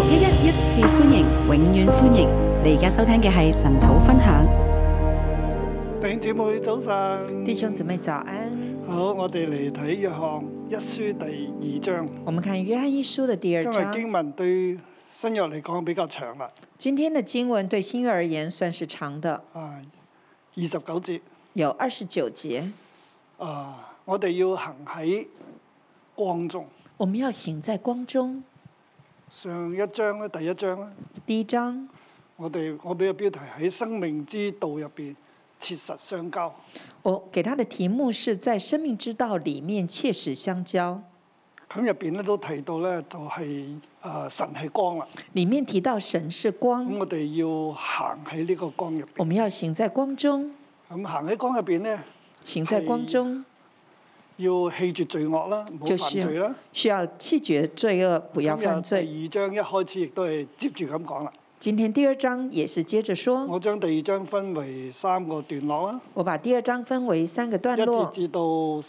611一次歡迎，永遠歡迎！你而家收聽嘅係神土分享。 弟兄姊妹早晨， 弟兄姊妹早安。 好，我哋嚟睇約翰一書第2章。 我們看約翰一書的第2章。 因為經文對新約嚟講比較長啦。 今天的經文對新約而言算是長的。 29節。 有29節。 我哋要行喺光中。 我們要行在光中。 上一章咧，第1章咧。 第1章。我俾個標題喺生命之道入邊切實相交。 我給他的題目是在生命之道裡面切實相交。 咁入邊咧都提到咧，就係神係光啦。 裡面提到神是光。 咁我哋要行喺呢個光入邊。 我們要行在光中。 咁行喺光入邊咧， 行在光中。 要棄絕罪惡啦，唔好犯罪啦。 需要棄絕罪惡，不要犯罪。 第2章一開始亦都係接住咁講啦。 今天第2章也是接着說。 我將第2章分為3個段落啦。 我把第2章分為3個段落。 1節至到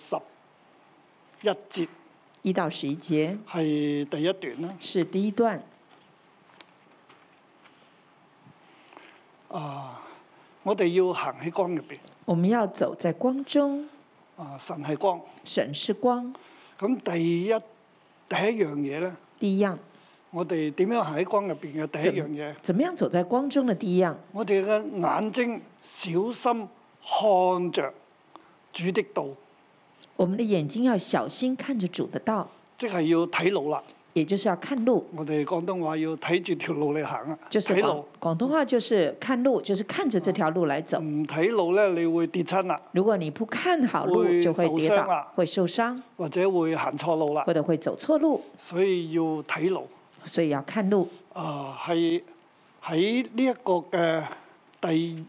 11節。 1到11節。 係第一段啦。 是第一段。 我哋要行喺光入邊。 我們要走在光中。 神係光。 神是光。 咁第一樣嘢咧。 第一樣。我哋點樣行喺光入邊嘅第一樣嘢？ 怎麼樣走在光中的第一樣？ 我哋嘅眼睛小心看着主的道。 我們的眼睛要小心看着主的道。即係要睇路啦。 也就是要看路。 我哋廣東話要睇住條路嚟行啊。 就是睇路。 廣東話就是看路，就是看着這條路來走。 唔睇路咧，你會跌親啦。 如果你不看好路，就會跌倒，會受傷， 或者會行錯路啦， 或者會走錯路。 所以要睇路。 所以要看路。 係喺呢一個嘅第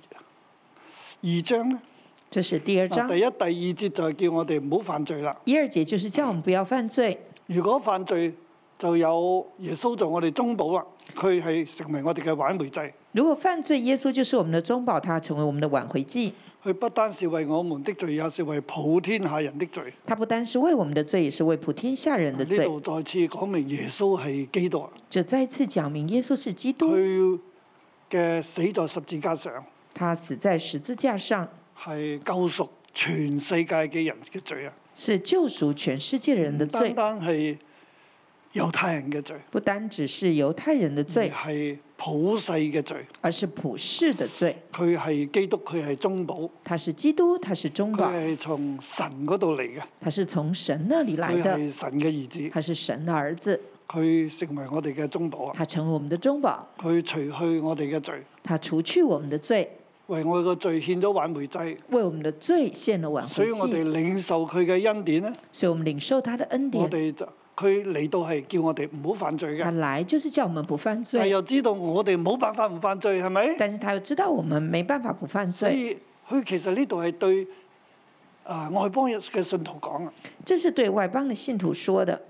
2章咧。 這是第2章。 第1、第2節就係叫我哋唔好犯罪啦。 1、2節就是叫我們不要犯罪。 如果犯罪，就有耶穌做我哋中保啦，佢係成為我哋嘅挽回祭。 如果犯罪，耶穌就是我們的中保，他成為我們的挽回祭。 佢不單是為我們的罪，也是為普天下人的罪。 他不單是為我們的罪，也是為普天下人的罪。 呢度再次講明耶穌係基督。 就再次講明耶穌是基督。 佢嘅死在十字架上。 他死在十字架上。 係救贖全世界嘅人嘅罪啊！ 是救贖全世界人的罪。 唔單單係猶太人嘅罪， 不單只是猶太人的罪， 係普世嘅罪， 而是普世的罪。 佢係基督，佢係中保。 他是基督，他是中保。 佢係從神嗰度嚟嘅。 他是從神那裡來的。 佢係神嘅兒子。 他是神的兒子。 佢成為我哋嘅中保啊！ 他成為我們的中保。 佢除去我哋嘅罪。 他除去我們的罪。 為我哋嘅罪獻咗挽回祭。 為我們的罪獻了挽回祭。 所以我哋領受佢嘅恩典咧。 所以我們領受他的恩典。 我哋就。佢嚟到係叫我哋唔好犯罪嘅。 他來就是叫我們不犯罪。 但又知道我哋冇辦法唔犯罪，係咪？ 但是他又知道我們沒辦法不犯罪。 所以佢其實呢度係對外邦人嘅信徒講啊。 這是對外邦嘅信徒說的。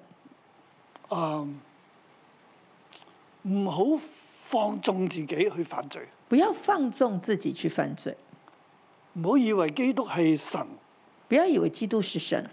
唔好放縱自己去犯罪。 不要放縱自己去犯罪。 唔好以為基督係神。 不要以為基督是神。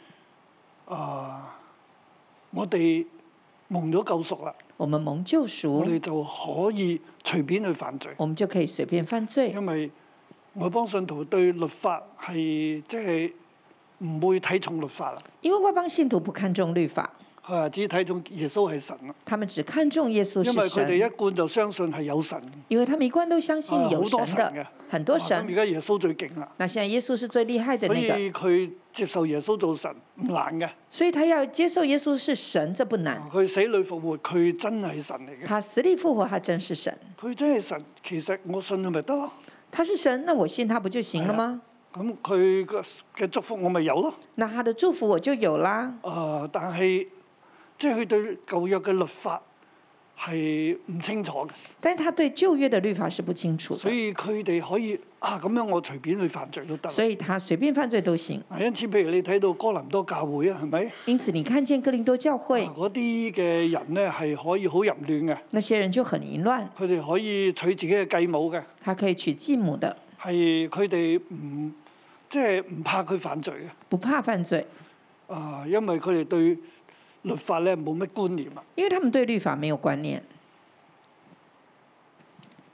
我哋蒙咗救贖啦。 我們蒙救贖， 我哋就可以隨便去犯罪。 我們就可以隨便犯罪。 因為外邦信徒對律法係即係唔會睇重律法啦。 因為外邦信徒不看重律法。 只睇重耶穌係神啦。 他們只看重耶穌是神。 因為佢哋一貫就相信係有神。 因為他們一貫都相信有神的。很多神。 而家耶穌最勁啦。 那現在耶穌是最厲害的那個。 所以佢接受耶穌做神唔難嘅。 所以他要接受耶穌是神，這不難。 佢死裏復活，佢真係神嚟嘅。 他死裏復活，他真是神。 佢真係神，其實我信佢咪得咯。 他是神，那我信他不就行了嗎？ 咁佢嘅祝福我咪有咯。 那他的祝福我就有啦。 但係即係佢對舊約嘅律法係唔清楚嘅。 但係他對舊約的律法是不清楚的。 所以佢哋可以咁樣我隨便去犯罪都得。 所以他隨便犯罪都行。 因此，譬如你睇到哥林多教會啊，係咪？ 因此，你看見哥林多教會嗰啲嘅人呢，係可以好淫亂嘅。 那些人就很淫亂。 佢哋可以娶自己嘅繼母嘅。 他可以娶繼母的。 係佢哋即係唔怕佢犯罪嘅。 不怕犯罪。 因為佢哋對律法咧冇乜觀念啊。 因為他們對律法沒有觀念。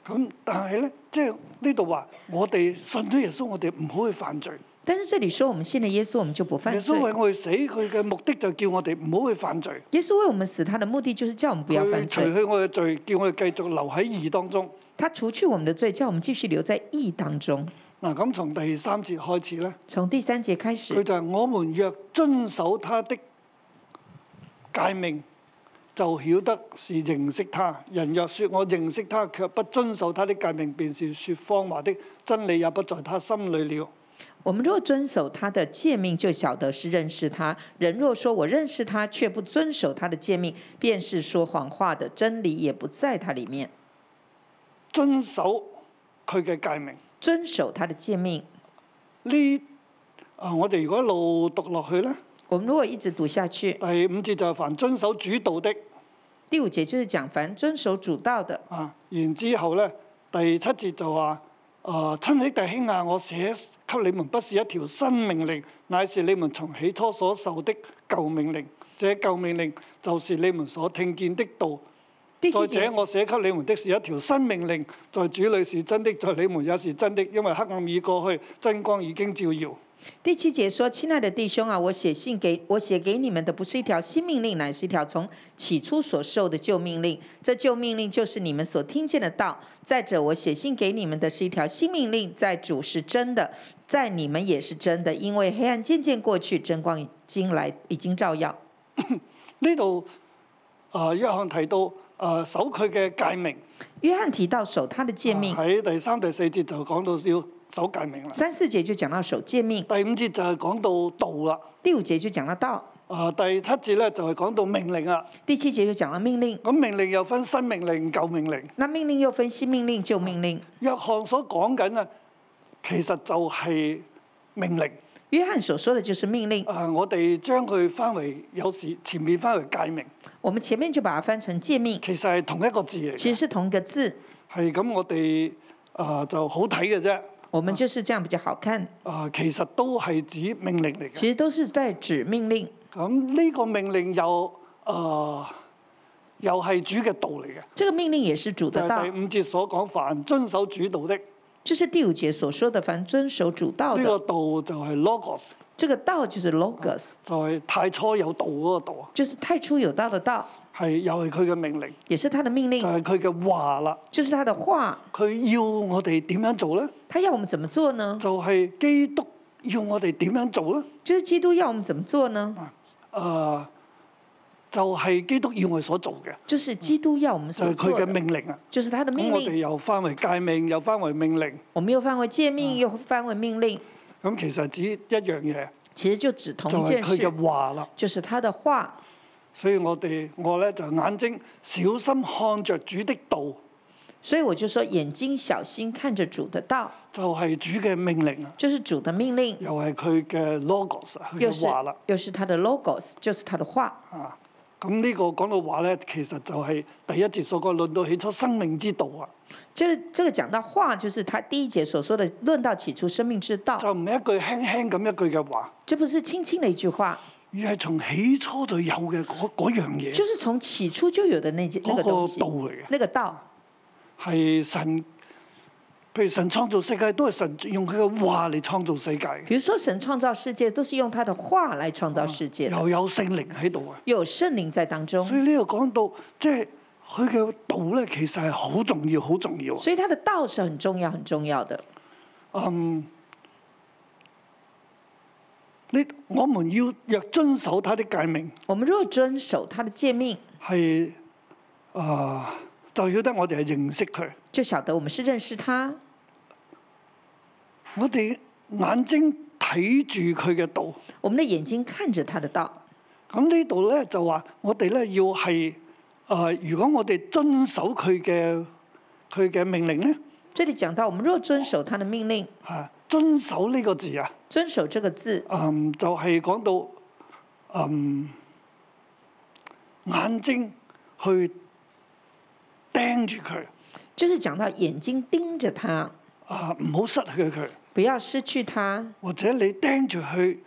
咁但係咧，即係呢度話我哋信咗耶穌，我哋唔好去犯罪。 但是這裡說我們信了耶穌，我們就不犯罪。 耶穌為我哋死，佢嘅目的就叫我哋唔好去犯罪。 耶穌為我們死，他的目的就是叫我們不要犯罪。 佢除去我嘅罪，叫我哋繼續留喺義當中。 他除去我們的罪，叫我們繼續留在義當中。 嗱，咁從第3節開始咧， 從第3節開始， 佢就係我們若遵守他的誡命，就曉得是認識他。人若說我認識他，卻不遵守他的誡命，便是說謊話的，真理也不在他心裏了。 我們若遵守他的誡命，就曉得是認識他。人若說我認識他，卻不遵守他的誡命，便是說謊話的，真理也不在他裡面。 遵守佢嘅誡命， 遵守他的誡命。 我哋如果一路讀落去咧， 我們如果一直讀下去， 第5節就係凡遵守主道的。 第5節就是講凡遵守主道的。 然之後咧，第7節就話：親愛弟兄啊，我寫給你們不是一條新命令，乃是你們從起初所受的舊命令。這舊命令就是你們所聽見的道。再者，我寫給你們的是一條新命令，在主裏是真的，在你們也是真的，因為黑暗已過去，真光已經照耀。 第7節說：親愛的弟兄啊，我寫給你們的不是一條新命令，乃是一條從起初所受的舊命令。這舊命令就是你們所聽見的道。再者，我寫信給你們的是一條新命令，在主是真的，在你們也是真的，因為黑暗漸漸過去，真光已經照耀。 呢度約翰提到守佢嘅誡命。 約翰提到守他的誡命。 喺第3、第4節就講到要守誡命啦。 3、4節就講到守誡命。 第5節就係講到道啦。 第5節就講到道。 第7節咧就係講到命令啦。 第7節就講到命令。 咁命令又分新命令、舊命令。 那命令又分新命令、舊命令。 約翰所講緊啊，其實就係命令。 約翰所說的就是命令。 我哋將佢翻為有時前面翻為誡命。 我們前面就把它翻成誡命。 其實係同一個字嚟。 其實是同一個字。 係咁，我哋就好睇嘅啫。 我們就是這樣比較好看。 其實都係指命令嚟嘅。 其實都是在指命令。 咁呢個命令又係主嘅道嚟嘅。 這個命令也是主的道。 就係第5節所講，凡遵守主道的。 就是第5節所說的，凡遵守主道的。 呢個道就係 logos。 這個道就是 logos。 就係太初有道嗰個道啊。 就是太初有道的道。 係又係佢嘅命令。 也是他的命令。 就係佢嘅話啦。 就是他的話。 佢要我哋點樣做咧？ 他要我們怎麼做呢？ 就係基督要我哋點樣做咧？ 就是基督要我們怎麼做呢？ 就係基督要我哋所做嘅。 就是基督要我們所做的。 就係佢嘅命令啊。 就是他的命令。 咁我哋又翻為誡命，又翻為命令。 我們又翻為誡命，又翻為命令。 咁其實指一樣嘢。 其實就指同一件事。 就係佢嘅話啦。 就是他的話。 所以我咧就眼睛小心看着主的道。 所以我就說眼睛小心看着主的道。 就係主嘅命令啊。 就是主的命令。 又係佢嘅 logos，佢嘅話啦。 又是他的 logos，就是他的話。 咁呢個講到話咧，其實就係第1節所講論到起初生命之道啊。 這個講到話，就是他第1節所說的論到起初生命之道。 就唔係一句輕輕咁一句嘅話。 這不是輕輕的一句話。 而係從起初就有嘅嗰樣嘢。 就是從起初就有的那個東西。 嗰個道嚟嘅。 那個道。 係神，譬如神創造世界都係神用佢嘅話嚟創造世界。 比如說神創造世界都是用他的話來創造世界。 又有聖靈喺度啊。 有聖靈在當中。 所以呢度講到即係佢嘅道咧，其實係好重要，好重要。 所以他的道是很重要，很重要的。 我們要若遵守他的誡命。 我們若遵守他的誡命。 係就曉得我哋係認識佢， 就曉得我們是認識他。 我哋眼睛睇住佢嘅道， 我們的眼睛看着他的道。 咁呢度咧就話我哋咧要係如果我哋遵守佢嘅命令咧， 這裡講到我們若遵守他的命令， 遵守呢個字啊， 遵守這個字， 就係講到眼睛去盯住佢， 就是講到眼睛盯着他， 唔好失去佢， 不要失去他， 或者你盯住佢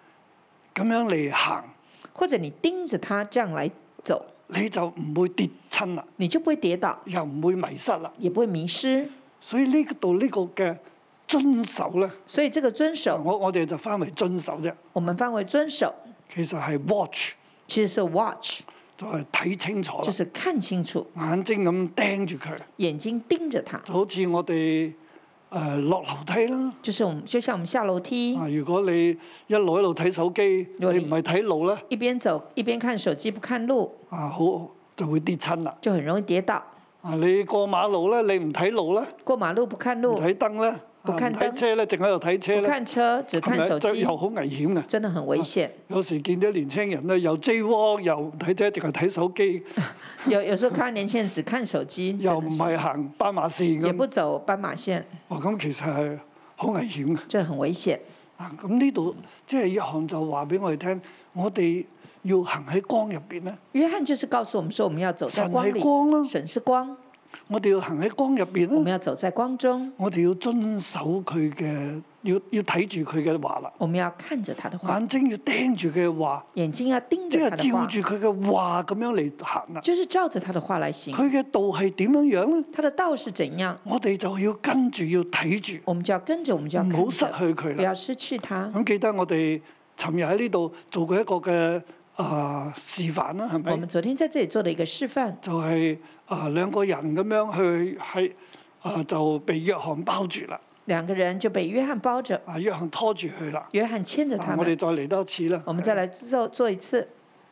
咁樣嚟行， 或者你盯着他這樣來走， 你就唔會跌親親啦， 你就不會跌倒， 又唔會迷失啦。 也不會迷失。 所以呢度呢個嘅遵守咧， 所以這個遵守， 我哋就翻為遵守啫。 我們翻為遵守， 其實係 watch， 其實是 watch， 就係睇清楚啦， 就是看清楚， 眼睛咁盯住佢， 眼睛盯着它， 就好似我哋落樓梯啦。 就是我們就像我們下樓梯， 如果你一路睇手機，你唔係睇路咧， 一邊走一邊看手機不看路， 好就會跌親啦。 就很容易跌倒。 你過馬路咧，你唔睇路咧， 過馬路不看路， 唔睇燈咧， 不看燈睇車咧，淨喺度睇車咧， 不看車只看手機， 又好危險嘅， 真的很危險。 有時見到年青人咧，又 J-walk 又唔睇車，淨係睇手機。 有時候看到年輕人只看手機， 又唔係行斑馬線咁， 也不走斑馬線。 咁其實係好危險嘅。 這很危險。 咁呢度即係約翰就話俾我哋聽，我哋要行喺光入邊咧。 約翰就是告訴我們說，我們要走在光裡。 神係光啦， 神是光。 我哋要行喺光入邊啦。 我們要走在光中。 我哋要遵守佢嘅，要睇住佢嘅話啦。 我們要看着他的話。 眼睛要盯住佢嘅話。 眼睛要盯着他的話。 即係照住佢嘅話咁樣嚟行啦。 就是照着他的話來行。 佢嘅道係點樣樣咧？ 他的道是怎樣？ 我哋就要跟住，要睇住。 我們就要跟着，我們就要唔好失去佢啦。 不要失去他。 咁記得我哋尋日喺呢度做過一個嘅示範啦，係咪？ 我們昨天在這裡做了一個示範， 就係兩個人咁樣去喺就被約翰包住啦。 兩個人就被約翰包着。 約翰拖住佢啦。 約翰牽着他們。 我哋再嚟多一次啦。 我們再來做一次。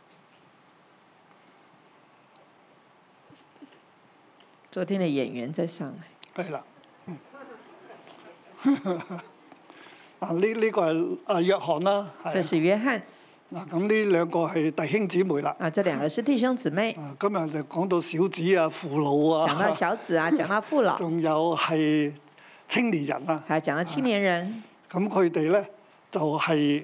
昨天的演員再上來。 係啦。呢個係約翰啦。 這是約翰。 咁呢兩個係弟兄姊妹啦。 這兩個是弟兄姊妹。 今日就講到小子啊、父老啊。 講到小子啊，講到父老。 仲有係青年人啊。 係講到青年人。 咁佢哋咧就係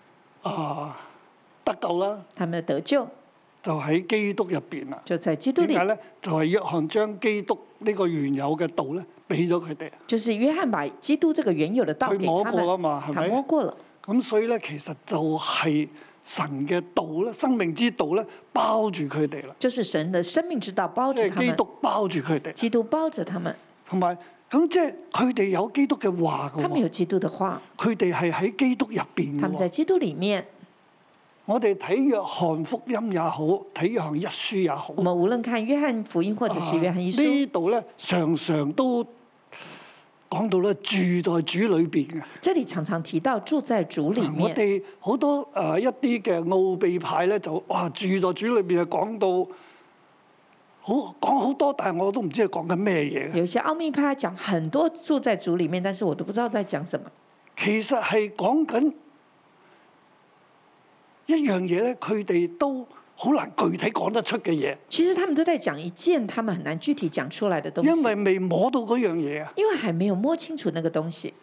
得救啦。 他們得救。 就喺基督入邊啦。 就在基督裏。 點解咧？就係約翰將基督呢個原有嘅道咧，俾咗佢哋。 就是約翰把基督這個原有的道給他們。 佢摸過啦嘛，係咪？ 他摸過了。 咁所以咧，其實就係神嘅道咧，生命之道咧，包住佢哋啦。 就是神的生命之道包住他們。 即係基督包住佢哋。 基督包着他們。 同埋咁即係佢哋有基督嘅話嘅喎。 他們有基督的話。 佢哋係喺基督入邊嘅喎。 他們在基督裡面。 我哋睇約翰福音也好，睇約翰一書也好。 我們無論看約翰福音或者是約翰一書。 呢度咧常常都講到咧住在主裏邊嘅。 這裡常常提到住在主裡面。 我哋好多一啲嘅奧秘派咧，就住在主裏邊，係講到講好多，但係我都唔知係講緊咩嘢。 有些奧秘派講很多住在主裡面，但是我都不知道在講什麼。 其實係講緊一樣嘢咧，佢哋都好難具體講得出嘅嘢。 其實他們都在講一件他們很難具體講出來的東西。 因為未摸到嗰樣嘢啊。 因為還沒有摸清楚那個東西。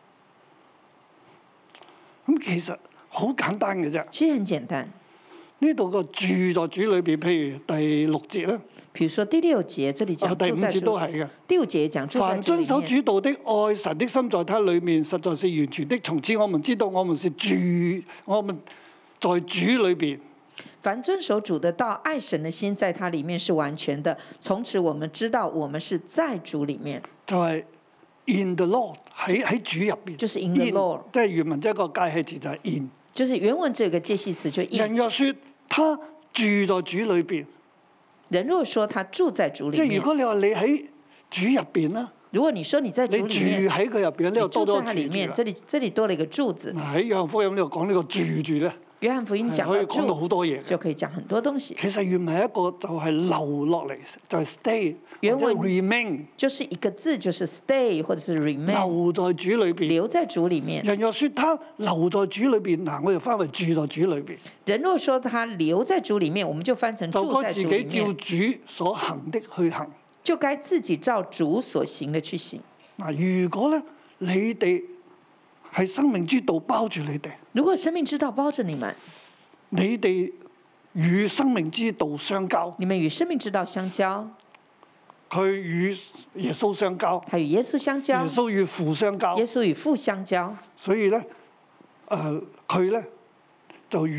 咁其實好簡單嘅啫。 其實很簡單。 呢度個住在主裏邊，譬如第6節啦。 譬如說第6節，這裡講。 第5節都係嘅。 第5節講住在主裡面。 凡遵守主道的，愛神的心在他裡面，實在是完全的。從此我們知道，我們是住，我們在主裏邊。 凡遵守主的道，愛神的心在他裡面是完全的。從此我們知道，我們是在主裡面。 就係 in the Lord， 喺主入邊。 就是 in the Lord， 即係原文即係一個介系詞就係 in。 就是原文這個介系詞就 in。 人若說他住在主裏邊， 人若說他住在主裡面， 即係如果你話你喺主入邊啦。 如果你說你在主裡面， 你住喺佢入邊，呢度多咗個住字啦。 這裡多了一個住字。 喺約翰福音呢度講呢個住咧。 約翰福音講可以講到好多嘢， 就可以講很多東西。 其實原文係一個就係留落嚟，就係 stay 或者 remain， 就是一個字，就是 stay 或者是 remain。 留在主裏邊， 留在主裡面。 人若說他留在主裏邊，嗱，我就翻為住在主裏邊。 人若說他留在主裡面，我們就翻成住在主裡面。 就該自己照主所行的去行。 就該自己照主所行的去行。 嗱，如果咧你哋係生命之道包住你哋， 如果生命之道包着你們， 你哋與生命之道相交， 你們與生命之道相交， 佢與耶穌相交， 他與耶穌相交， 耶穌與父相交， 耶穌與父相交， 所以咧，佢咧就與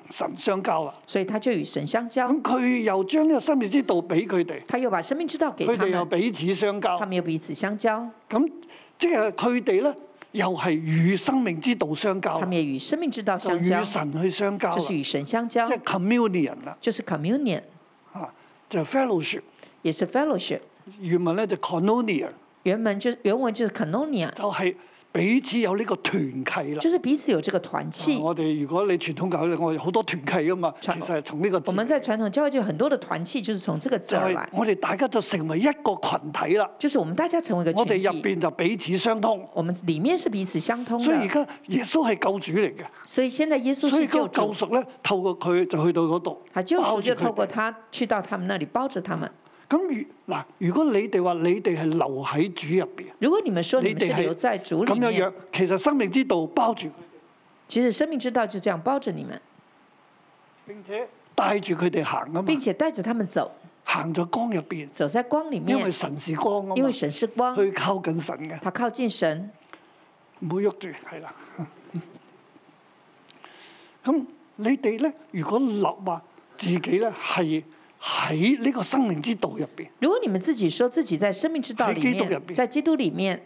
神相交啦。 所以他就與神相交。 咁佢又將呢個生命之道俾佢哋， 他又把生命之道給佢他們， 哋又彼此相交他。們又彼此相交。 咁即係佢哋咧，又係與生命之道相交他，們也與生命之道就相交， 與神去相交啦， 就是與神相交即，係 communion 啦， 就是 communion， 啊，就 fellowship。 也是 fellowship。 原文咧就 koinonia， 原文就是 koinonia， 就係彼此有呢個團契啦。 就是彼此有這個團契。 我哋如果你傳統教會，我哋好多團契噶嘛，其實係從呢個字我們在傳統教會就有很多的團契，就是從這個字就係而來， 我哋大家就成為一個群體啦。 就是我們大家成為一個我哋入群體， 邊就彼此相通， 我們裡面是彼此相通的。 所以而家耶穌係救主嚟嘅， 所以現在耶穌所以是救嗰個救主， 贖咧透過佢就去到嗰度， 他救贖就包住佢哋透過他去到他們那裡包着他們。 咁如果你哋話你哋係留喺主入邊， 如果你們說你們你哋係是留在主裡面咁樣樣，，其實生命之道包住佢哋， 其實生命之道就這樣包着你們， 並且帶住佢哋行啊嘛並，且帶着他們走， 行咗光入邊， 走在光裡因為面， 神是光啊嘛因為，神是光， 去靠近神嘅， 他靠近神。 唔好喐住，係啦。咁你哋咧，如果立話自己咧係喺呢個生命之道入邊， 如果你們自己說自己在生命之道裡喺基督入面， 邊在基督裡面，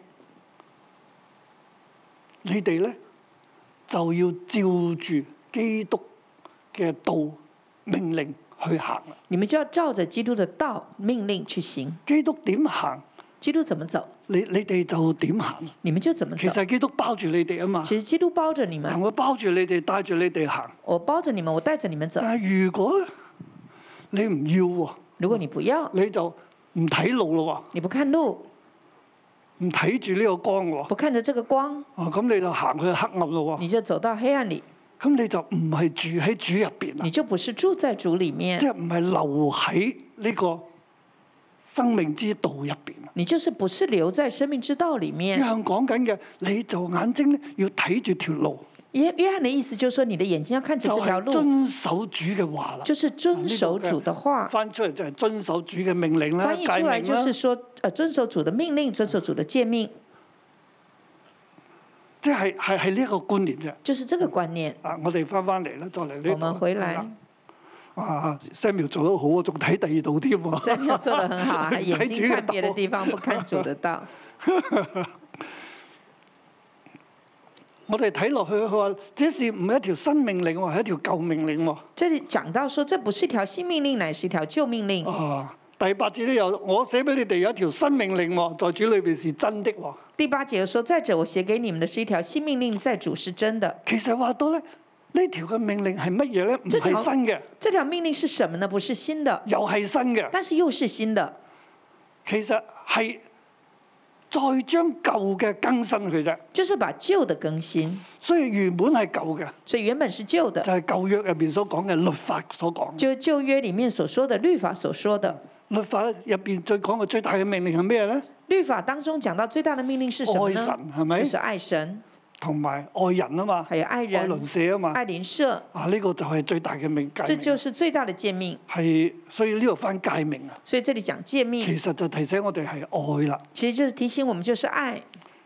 你哋咧就要照住基督嘅道命令去行啦。 你們就要照着基督的道命令去行。 基督點行， 基督怎麼走， 你哋就點行。 你們就怎麼走。 其實基督包住你哋啊嘛， 其實基督包着你們， 我包住你哋，帶住你哋行。 我包着你們，我帶着你們走。 但係如果咧你唔要喎， 如果你不要， 你就唔睇路咯你不看路， 喎，唔睇住呢個光喎， 不看着這個光， 哦咁你就行去黑暗咯喎， 你就走到黑暗裡， 咁你就唔係住喺主入邊啦你，就不是住在主裡面即，係唔係留喺呢個生命之道入邊啦。 你就是不是留在生命之道裡約面。 翰講緊嘅，你就眼睛咧要睇住條路， 約翰的意思就是說，你的眼睛要看着就係這條路， 遵守主嘅話啦。 就是遵守主的話。 翻出嚟就係遵守主嘅命令啦、 翻譯誡出來命啦就是，說，遵守主的命令，遵守主的誡命， 即係呢一個觀念啫。 就是這個觀念。 啊，我哋翻嚟啦，再嚟呢度。 我們回來係啦。啊，Samuel 做得好啊，仲睇第二度添喎。 Samuel 做得很好啊，還眼睇主嘅睛看別的道地方，不看主的道。 我哋睇落去，佢話這是唔係一條新命令喎，係一條舊命令喎。 這裡講到說，這不是一條新命令，乃是一條舊命令。 啊，第8節都有，我寫俾你哋有一條新命令喎，在主裏邊是真的喎。 第8節又說，再者我寫給你們的是一條新命令，在主是真的。 其實話到咧，呢條嘅命令係乜嘢咧？唔係新嘅， 這條命令是什麼呢？不是新的， 又係新嘅。 但是又是新的。 其實係再將舊嘅更新佢啫。 就是把舊的更新， 所以原本係舊嘅， 所以原本是舊的， 就係舊約入邊所講嘅律法所講。 就舊約裡面所說的律法所說的。 律法咧入邊最講嘅最大嘅命令係咩咧？ 律法當中講到最大的命令是什麼呢？ 愛神係咪？ 就是愛神， 同埋愛人啊嘛， 還有愛人、 愛鄰舍啊嘛。 愛鄰舍， 啊，呢個就係最大嘅命誡這命。 就是最大的誡命。 係，所以呢度翻誡命啊， 所以這裡講誡命， 其實就提醒我哋係愛啦。 其實就是提醒我們就是愛。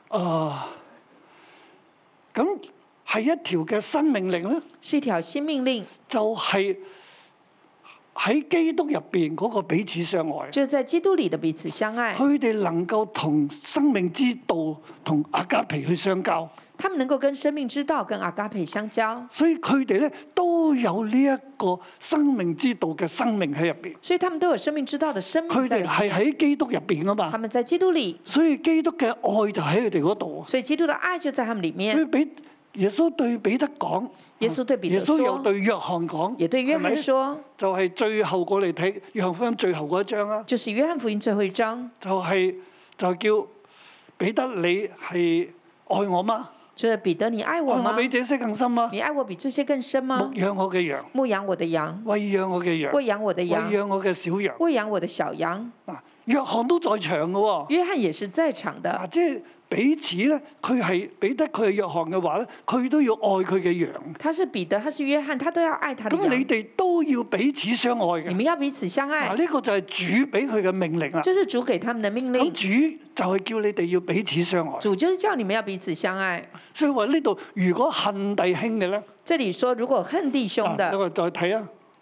咁係一條嘅新命令咧， 是一條新命令， 就係喺基督入邊嗰個彼此相愛。 就是在基督裡的彼此相愛。 佢哋能夠同生命之道同阿加皮去相交， 他們能夠跟生命之道、跟阿嘎培相交， 所以佢哋咧都有呢一個生命之道嘅生命喺入邊。 所以他們都有生命之道的生命佢在裡面。 哋係喺基督入邊啊嘛他，們在基督裡， 所以基督嘅愛就喺佢哋嗰度。 所以基督的愛就在他們裡面。 佢俾耶穌對彼得講， 耶穌對彼得耶穌又說， 對約翰講， 也對約翰係咪說， 就係最後過嚟睇約翰福音最後嗰一章啊， 就是約翰福音最後一章， 就叫彼得你係愛我嗎？ 就是彼得，你愛我嗎？ 愛我比這些更深嗎？ 你愛我比這些更深牧嗎？ 養我嘅羊， 牧養我的羊， 餵養我嘅羊， 餵養我的羊， 餵養我嘅小羊。 餵養我的小羊。 嗱，約翰都在場嘅喎。 約翰也是在場的， 即係彼此咧，佢係彼得，佢係約翰嘅話咧，佢都要愛佢嘅羊。 他是彼得，他是約翰，他都要愛他的羊。 咁你哋都要彼此相愛嘅。 你們要彼此相愛。 嗱，呢個就係主俾佢嘅命令啦。 這是主給他們的命令。 咁主就係叫你哋要彼此相愛。 主就是叫你們要彼此相愛。 所以話呢度如果恨弟兄嘅咧， 這裡說如果恨弟兄的， 我再睇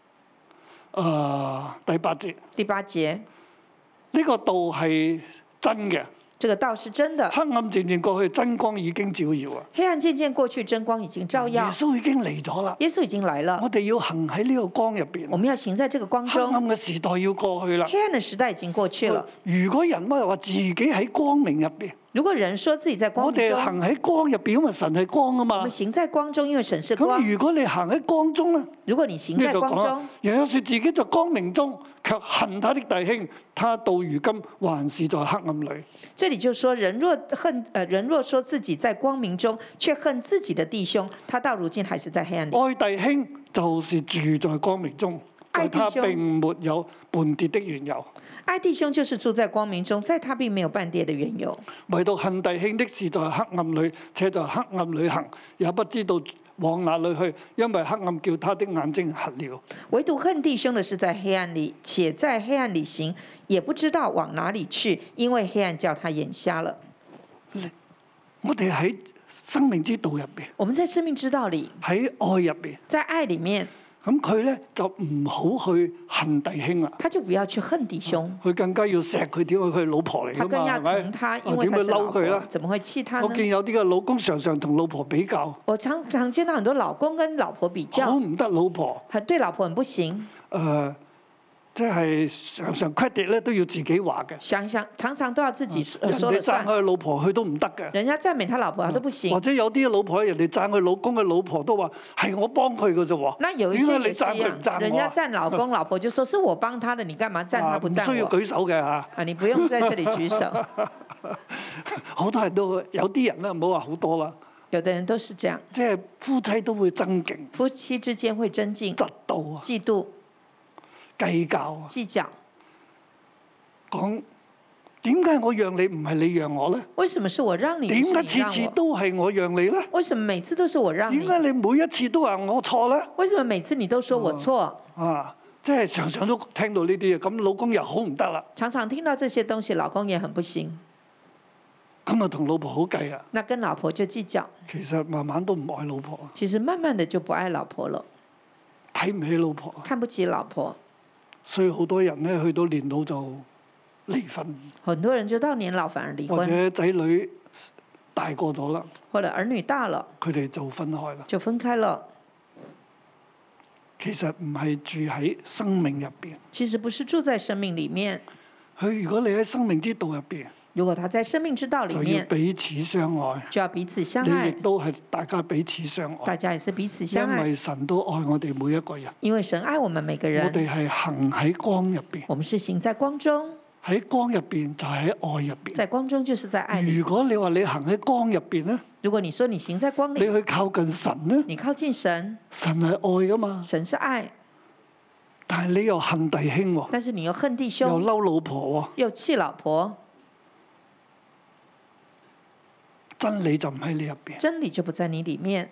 第8節。 第8節， 呢個道係真嘅。 這個道是真的。 黑暗漸漸過去，真光已經照耀啊！ 黑暗漸漸過去，真光已經照耀。 耶穌已經嚟咗啦！ 耶穌已經來了。 我哋要行喺呢個光入邊。 我們要行在這個光中。 黑暗嘅時代要過去啦。 黑暗嘅時代已經過去了。 如果人話自己喺光明入邊， 如果人說自己在光明中， 我哋行喺光入邊，因為神係光啊嘛。 我們行在光中，因為神是光。 咁如果你行喺光中咧， 如果你行在光中， 人有說自己在光明中，卻恨他的弟兄，他到如今還是在黑暗裏。 這裡就說人若說自己在光明中，卻恨自己的弟兄，他到如今還是在黑暗裡。 愛弟兄就是住在光明中，在他並沒有絆跌的緣由。 愛弟兄就是住在光明中，在他並沒有絆跌的緣由。 唯獨恨弟兄的是在黑暗裏，且在黑暗裏行，也不知道往哪裏去，因為黑暗叫他的眼睛瞎了。 唯獨恨弟兄的是在黑暗裡，且在黑暗裡行，也不知道往哪裡去，因為黑暗叫他眼瞎了。 我哋喺生命之道入邊， 我們在生命之道裡， 喺愛入邊， 在愛裡面。 咁佢咧就唔好去恨弟兄啦。 他就不要去恨弟兄。 佢更加要錫佢，點解佢係老婆嚟㗎嘛？ 他更要疼他，因為他是老婆。怎麼會氣他呢？ 我見有啲嘅老公常常同老婆比較。 我常常見到很多老公跟老婆比較。 好唔得老婆。 對老婆很不行。 即係常常 credit 咧都要自己話嘅。 常常都要自己說了算。 人哋讚佢老婆，佢都唔得嘅。 人家讚美他老婆，他都不行。 或者有啲老婆，人哋讚佢老公嘅老婆都話係我幫佢嘅啫喎。 那有一些也是一樣，人家讚老公老婆就說是我幫他的，你幹嘛讚他不讚我？ 唔需要舉手嘅嚇。 你不用在這裡舉手。 好多人都有啲人咧，唔好話好多啦。 有的人都是這樣。 即係夫妻都會爭競。 夫妻之間會爭競。 嫉妒啊。 嫉妒。 計較啊。 計較。 講點解我讓你唔係你讓我咧？ 為什麼是我讓你？ 點解次次都係我讓你咧？ 為什麼每次都是我讓你？ 點解你每一次都話我錯咧？ 為什麼每次你都說我錯？ 即係常常都聽到呢啲嘢，咁老公又好唔得啦。 常常聽到這些東西，老公也很不行。 咁啊，同老婆好計啊。 那跟老婆就計較。 其實慢慢都唔愛老婆。 其實慢慢的就不愛老婆了。 睇唔起老婆。 看不起老婆。 所以好多人咧，去到年老就離婚。 很多人就到年老反而離婚。 或者仔女大個咗啦。 或者兒女大了。 佢哋就分開啦。 就分開了。 其實唔係住喺生命入邊。 其實不是住在生命裡面。 如果你喺生命之道入邊。 如果他在生命之道裡面， 就要彼此相愛， 就要彼此相愛。 你亦都係大家彼此相愛。 大家也是彼此相愛。 因為神都愛我哋每一個人。 因為神愛我們每個人。 我哋係行喺光入邊。 我們是行在光中。 喺光入邊就喺愛入邊。 在光中就是在愛裡。 如果你話你行喺光入邊咧， 如果你說你行在光裡， 你去靠近神咧， 你靠近神， 神係愛噶嘛。 神是愛。 但係你又恨弟兄喎。 但是你又恨弟兄。 又嬲老婆喎。 又氣老婆。 真理就唔喺你入邊， 真理就不在你裡面，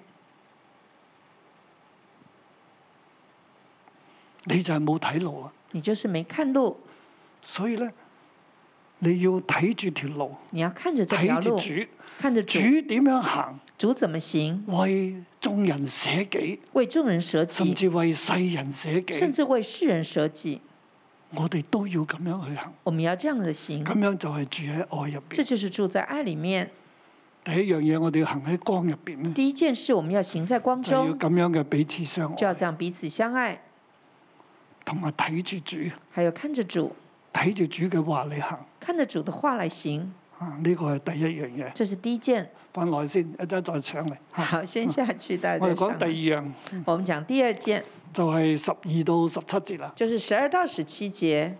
你就係冇睇路啊！ 你就是沒看路， 所以咧，你要睇住條路， 你要看着這條路，看着主點樣行， 主怎麼行， 為眾人捨己， 為眾人捨己， 甚至為世人捨己， 甚至為世人捨己， 我哋都要咁樣去行， 我們要這樣的行， 咁樣就係住喺愛入邊， 這就是住在愛裡面。 第一樣嘢，我哋要行喺光入邊咧。 第一件事，我們要行在光中， 就要咁樣嘅彼此相愛， 就要這樣彼此相愛， 同埋睇住主， 還有看着主， 睇住主嘅話嚟行， 看着主的話來行。 呢個係第一樣嘢。 這是第一件。 翻來先，一陣再上嚟。 好，先下去，大家我哋講第二樣。 我們講第二件， 就係12到17節啦。 就是12到17節。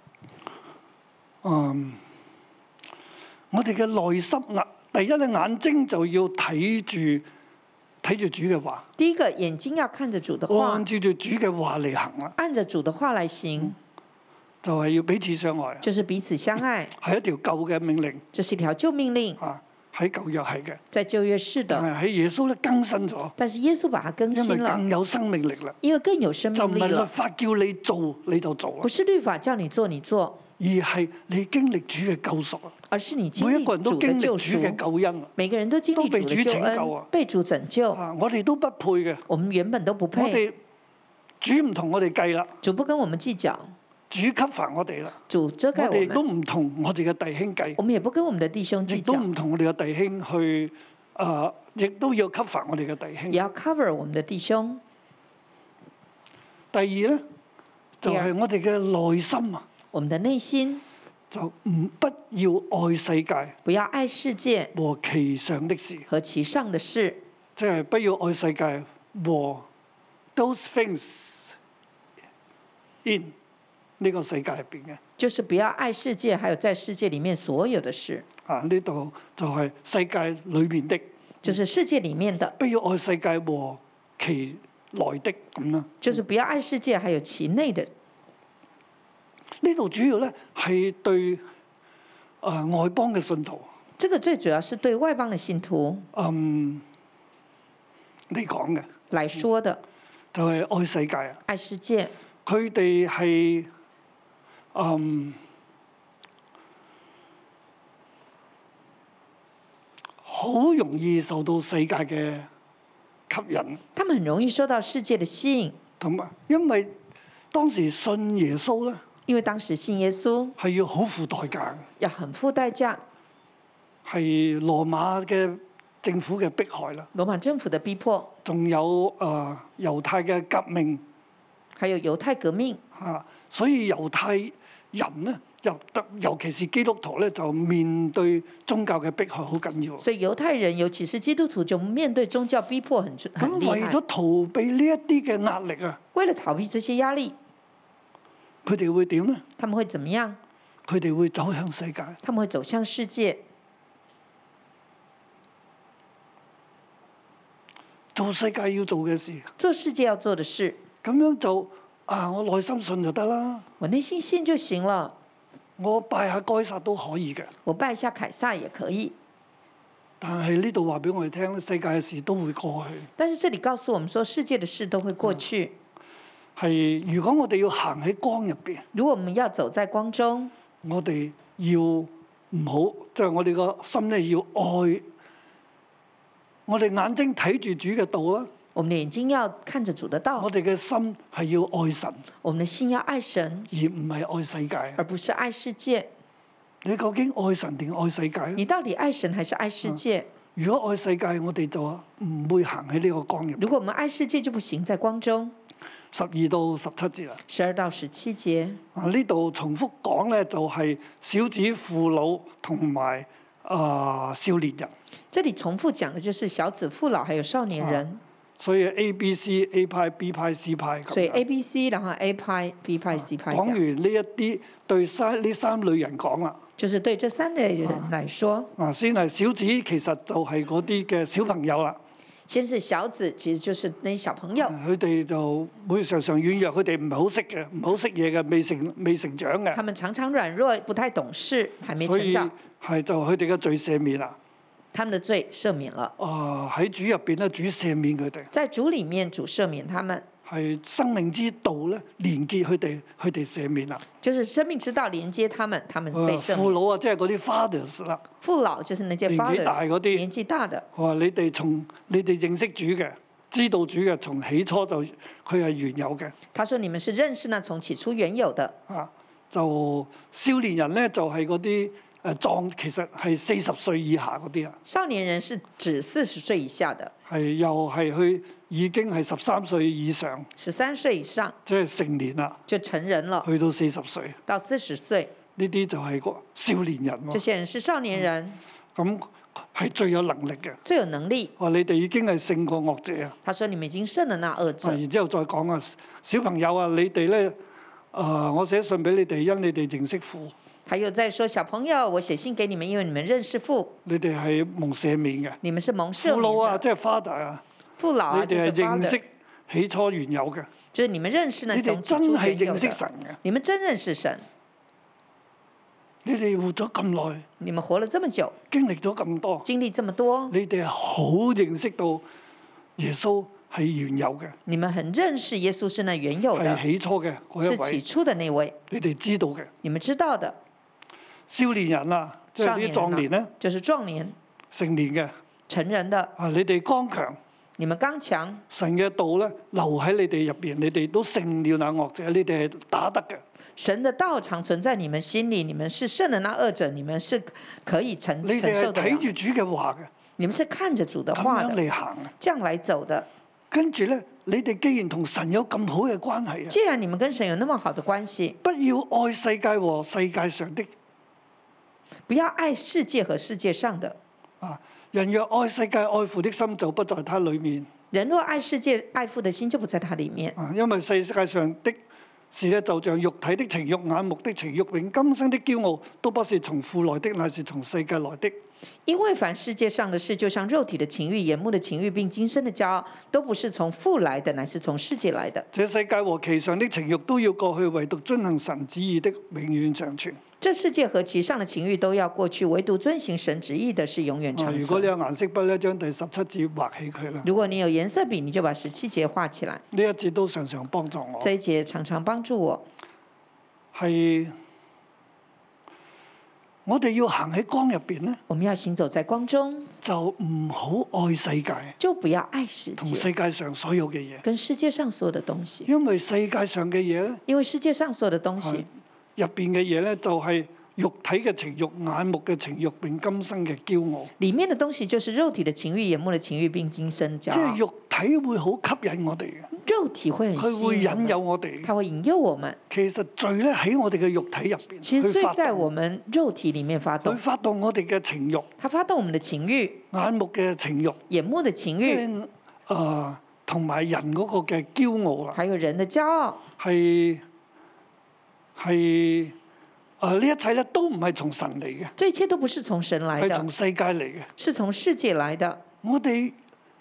我哋嘅內心第一咧，眼睛就要睇住主嘅話。第一個眼睛要看着主的話， 按照住主嘅話嚟行啦。 按着主的話來行， 就係要彼此相愛。 就是彼此相愛。 係一條舊嘅命令。 這是一條舊命令。 喺舊約係嘅， 在舊約是但的， 係喺耶穌咧更新咗， 但是耶穌把它更因為新了， 更有生命力啦。 因為更有生就唔係律命力了。 法叫你做你就做啦不，是律法叫你做你做， 而係你經歷主嘅救贖啊！ 而是你經每一個人都歷主的救經歷主嘅贖。 救恩啊！ 每個人都經歷都被主主的救拯救啊恩，被主拯救。 啊，我哋都不配嘅， 我們原本都不我配， 哋主唔同我哋計啦， 主不跟我們計較， 主給罰我哋啦， 主遮蓋我我哋都們， 唔同我哋嘅弟兄計我。們也不跟我們的弟兄亦都計較， 唔同我哋嘅弟兄去亦都要給罰我哋嘅弟兄。 也要 cover 我們的弟兄。 第二咧，就第二係我哋嘅內心啊， 我們的內心就不要愛世界不要愛世界和其上的事， 和其上的事， 即係不要愛世界和 those things in 呢個世界入邊嘅。 就是不要愛世界，還有在世界裡面所有的事， 啊，呢度就係世界裏面的， 就是世界裡面的， 不要愛世界和其來的咁啦。 就是不要愛世界，還有其內的。 呢度主要咧係對外邦嘅信徒， 這個最主要是對外邦的信徒嚟講嘅， 來說的， 就係愛世界啊！ 愛世界， 佢哋係好容易受到世界嘅吸引， 他們很容易受到世界的吸引， 同埋因為當時信耶穌咧因為當時信耶穌係要好付代價嘅， 要很付代價， 係羅馬嘅政府嘅迫害啦， 羅馬政府的逼迫， 仲有猶太嘅革命還有猶太革命， 嚇，所以猶太人咧尤其是基督徒咧就面對宗教嘅迫害好緊要。 所以猶太人尤其是基督徒就面對宗教逼迫很咁厲害。 為咗逃避呢一啲嘅壓力啊， 為了逃避這些壓力， 佢哋會點咧？ 他們會怎麼樣？ 佢哋會走向世界， 他們會走向世界， 做世界要做嘅事。 做世界要做的事。 咁樣就我內心信就得啦， 我內心信就行了， 我拜下該撒都可以嘅。 我拜一下凱撒也可以。 但係呢度話俾我哋聽，世界嘅事都會過去。 但是這裡告訴我們說，世界的事都會過去。 係如果我哋要行喺光入邊， 如果我們要走在光中， 我哋要唔好，即係我哋個心咧要愛，我哋眼睛睇住主嘅道啦。 我們的眼睛要看着主的道我，哋嘅心係要愛神， 我們的心要愛神， 而唔係愛世界。 而不是愛世界。 你究竟愛神定愛世界？ 你到底愛神還是愛世界？ 如果愛世界，我哋就唔會行喺呢個光入邊。 如果我們愛世界，就不行在光中。 12到17節啦。 12到17節。 呢度重複講咧，就係小子、父老同埋少年人。 這裡重複講的就是小子、父老還有少年人。 所以 A、B、C、A 派、B 派、C 派咁。 所以 A、B、C， 然後 A 派、B 派、C 派。 講完呢一啲對呢三類人講啦。 就是對這三類人來說。 先係小子，其實就係嗰啲嘅小朋友啦。 先是小子，其實就是那些小朋友。 佢哋就會常常軟弱，佢哋唔係好識嘅，唔好識嘢嘅，未成長嘅。 他們常常軟弱，不太懂事，還沒成長。 係就佢哋嘅罪赦免啦。 他們的罪赦免了。 喺主入邊咧，主赦免佢哋。 在主裡面，主赦免他們。 係生命之道咧，連結佢哋赦免啦。 就是生命之道連接他們，他們被赦免。 父老啊，即係嗰啲 fathers 啦。 父老就是那些 fathers， 年紀大嗰啲。 年紀大的。 我話你哋認識主嘅，知道主嘅，從起初就佢係原有嘅。 他說：你們是認識呢，從起初原有的。 就少年人咧，就係嗰啲其實係40歲以下嗰啲啊。 少年人是指40歲以下的。 係又係佢已經係13歲以上。 13歲以上。 即係成年啦。 就成人了。 去到40歲。 到40歲。 呢啲就係個少年人喎。 這些人是少年人。 咁係最有能力嘅。 最有能力。 話你哋已經係勝過惡者啊！ 他說：你們已經勝了那惡者。 然之後再講啊，小朋友啊，你哋咧，我寫信俾你哋，因你哋認識父。 還有再說，小朋友，我寫信給你們，因為你們認識父。 你哋係蒙赦免嘅。 你們是蒙赦免。 父老啊，即係 father 啊。 父老啊， 你哋係認識起初原有嘅。 就是你們認識呢， 你哋真係認識神嘅。 你們真認識神。 你哋哋活咗咁耐， 你們活了這麼久， 經歷咗咁多， 經歷這麼多， 你哋係好認識到耶穌係原有嘅， 你們很認識耶穌是那原有的， 係起初嘅嗰一位， 是起初的那位， 你哋知道嘅。 你們知道的。 少年人啊，即係啲壯年咧， 就是壯年成年嘅成人的， 啊，你哋剛強。 你們剛強， 神嘅道咧留喺你哋入邊，你哋都勝了那惡者，你哋係打得嘅。 神的道常存在你們心裡，你們是勝了那惡者，你們是可以承你哋係受得了。 睇住主嘅話嘅， 你們是看着主的話咁樣的， 嚟行嘅。 這樣來走的。 跟住咧，你哋既然同神有咁好嘅關係啊， 既然你們跟神有那麼好的關係， 不要愛世界和世界上的不要愛世界和世界上的。 啊。人若愛世界，愛父的心就不在他裡面人若愛世界，愛父的心就不在他裡面。 啊。因為世界上的事咧，就像肉體的情慾、眼目的情慾、永今生的驕傲，都不是從父來的，乃是從世界來的。 因為凡世界上的事，就像肉體的情慾、眼目的情慾，並今生的驕傲，都不是從父來的，乃是從世界來的。 這世界和其上的情慾都要過去，唯獨遵行神旨意的永遠長存。 這世界和其上的情慾都要過去，唯獨遵行神旨意的是永遠長存。 如果你有顏色筆咧，將第17節畫起佢啦。 如果你有顏色筆，你就把17節畫起來。 呢一節都常常幫助我。 這一節常常幫助我。 係我哋要行喺光入邊咧， 我們要行走在光中， 就唔好愛世界， 就不要愛世同界， 世界上所有嘅嘢。 跟世界上所有的東西。 因為世界上嘅嘢咧， 因為世界上所有的東西入邊嘅嘢咧，就係肉體嘅情慾、眼目嘅情慾，並今生嘅驕傲。 裡面的東西就是肉體的情慾、眼目的情慾，並今生驕傲。 即係肉體會好吸引我哋嘅， 肉體會很吸佢會引引我們， 誘我哋。 它會引誘我們。 其實罪咧喺我哋嘅肉體入邊， 其實罪去發動在我們肉體裡面發動佢，發動我哋嘅情慾、 它發動我們的情慾、 眼目嘅情慾， 眼目的情即慾， 係同埋人嗰個嘅驕傲啦， 還有人的驕傲。 係呢一切咧都唔係從神嚟嘅， 這一切都不是從神來的， 係從世界嚟嘅。 是從世界來的。 我哋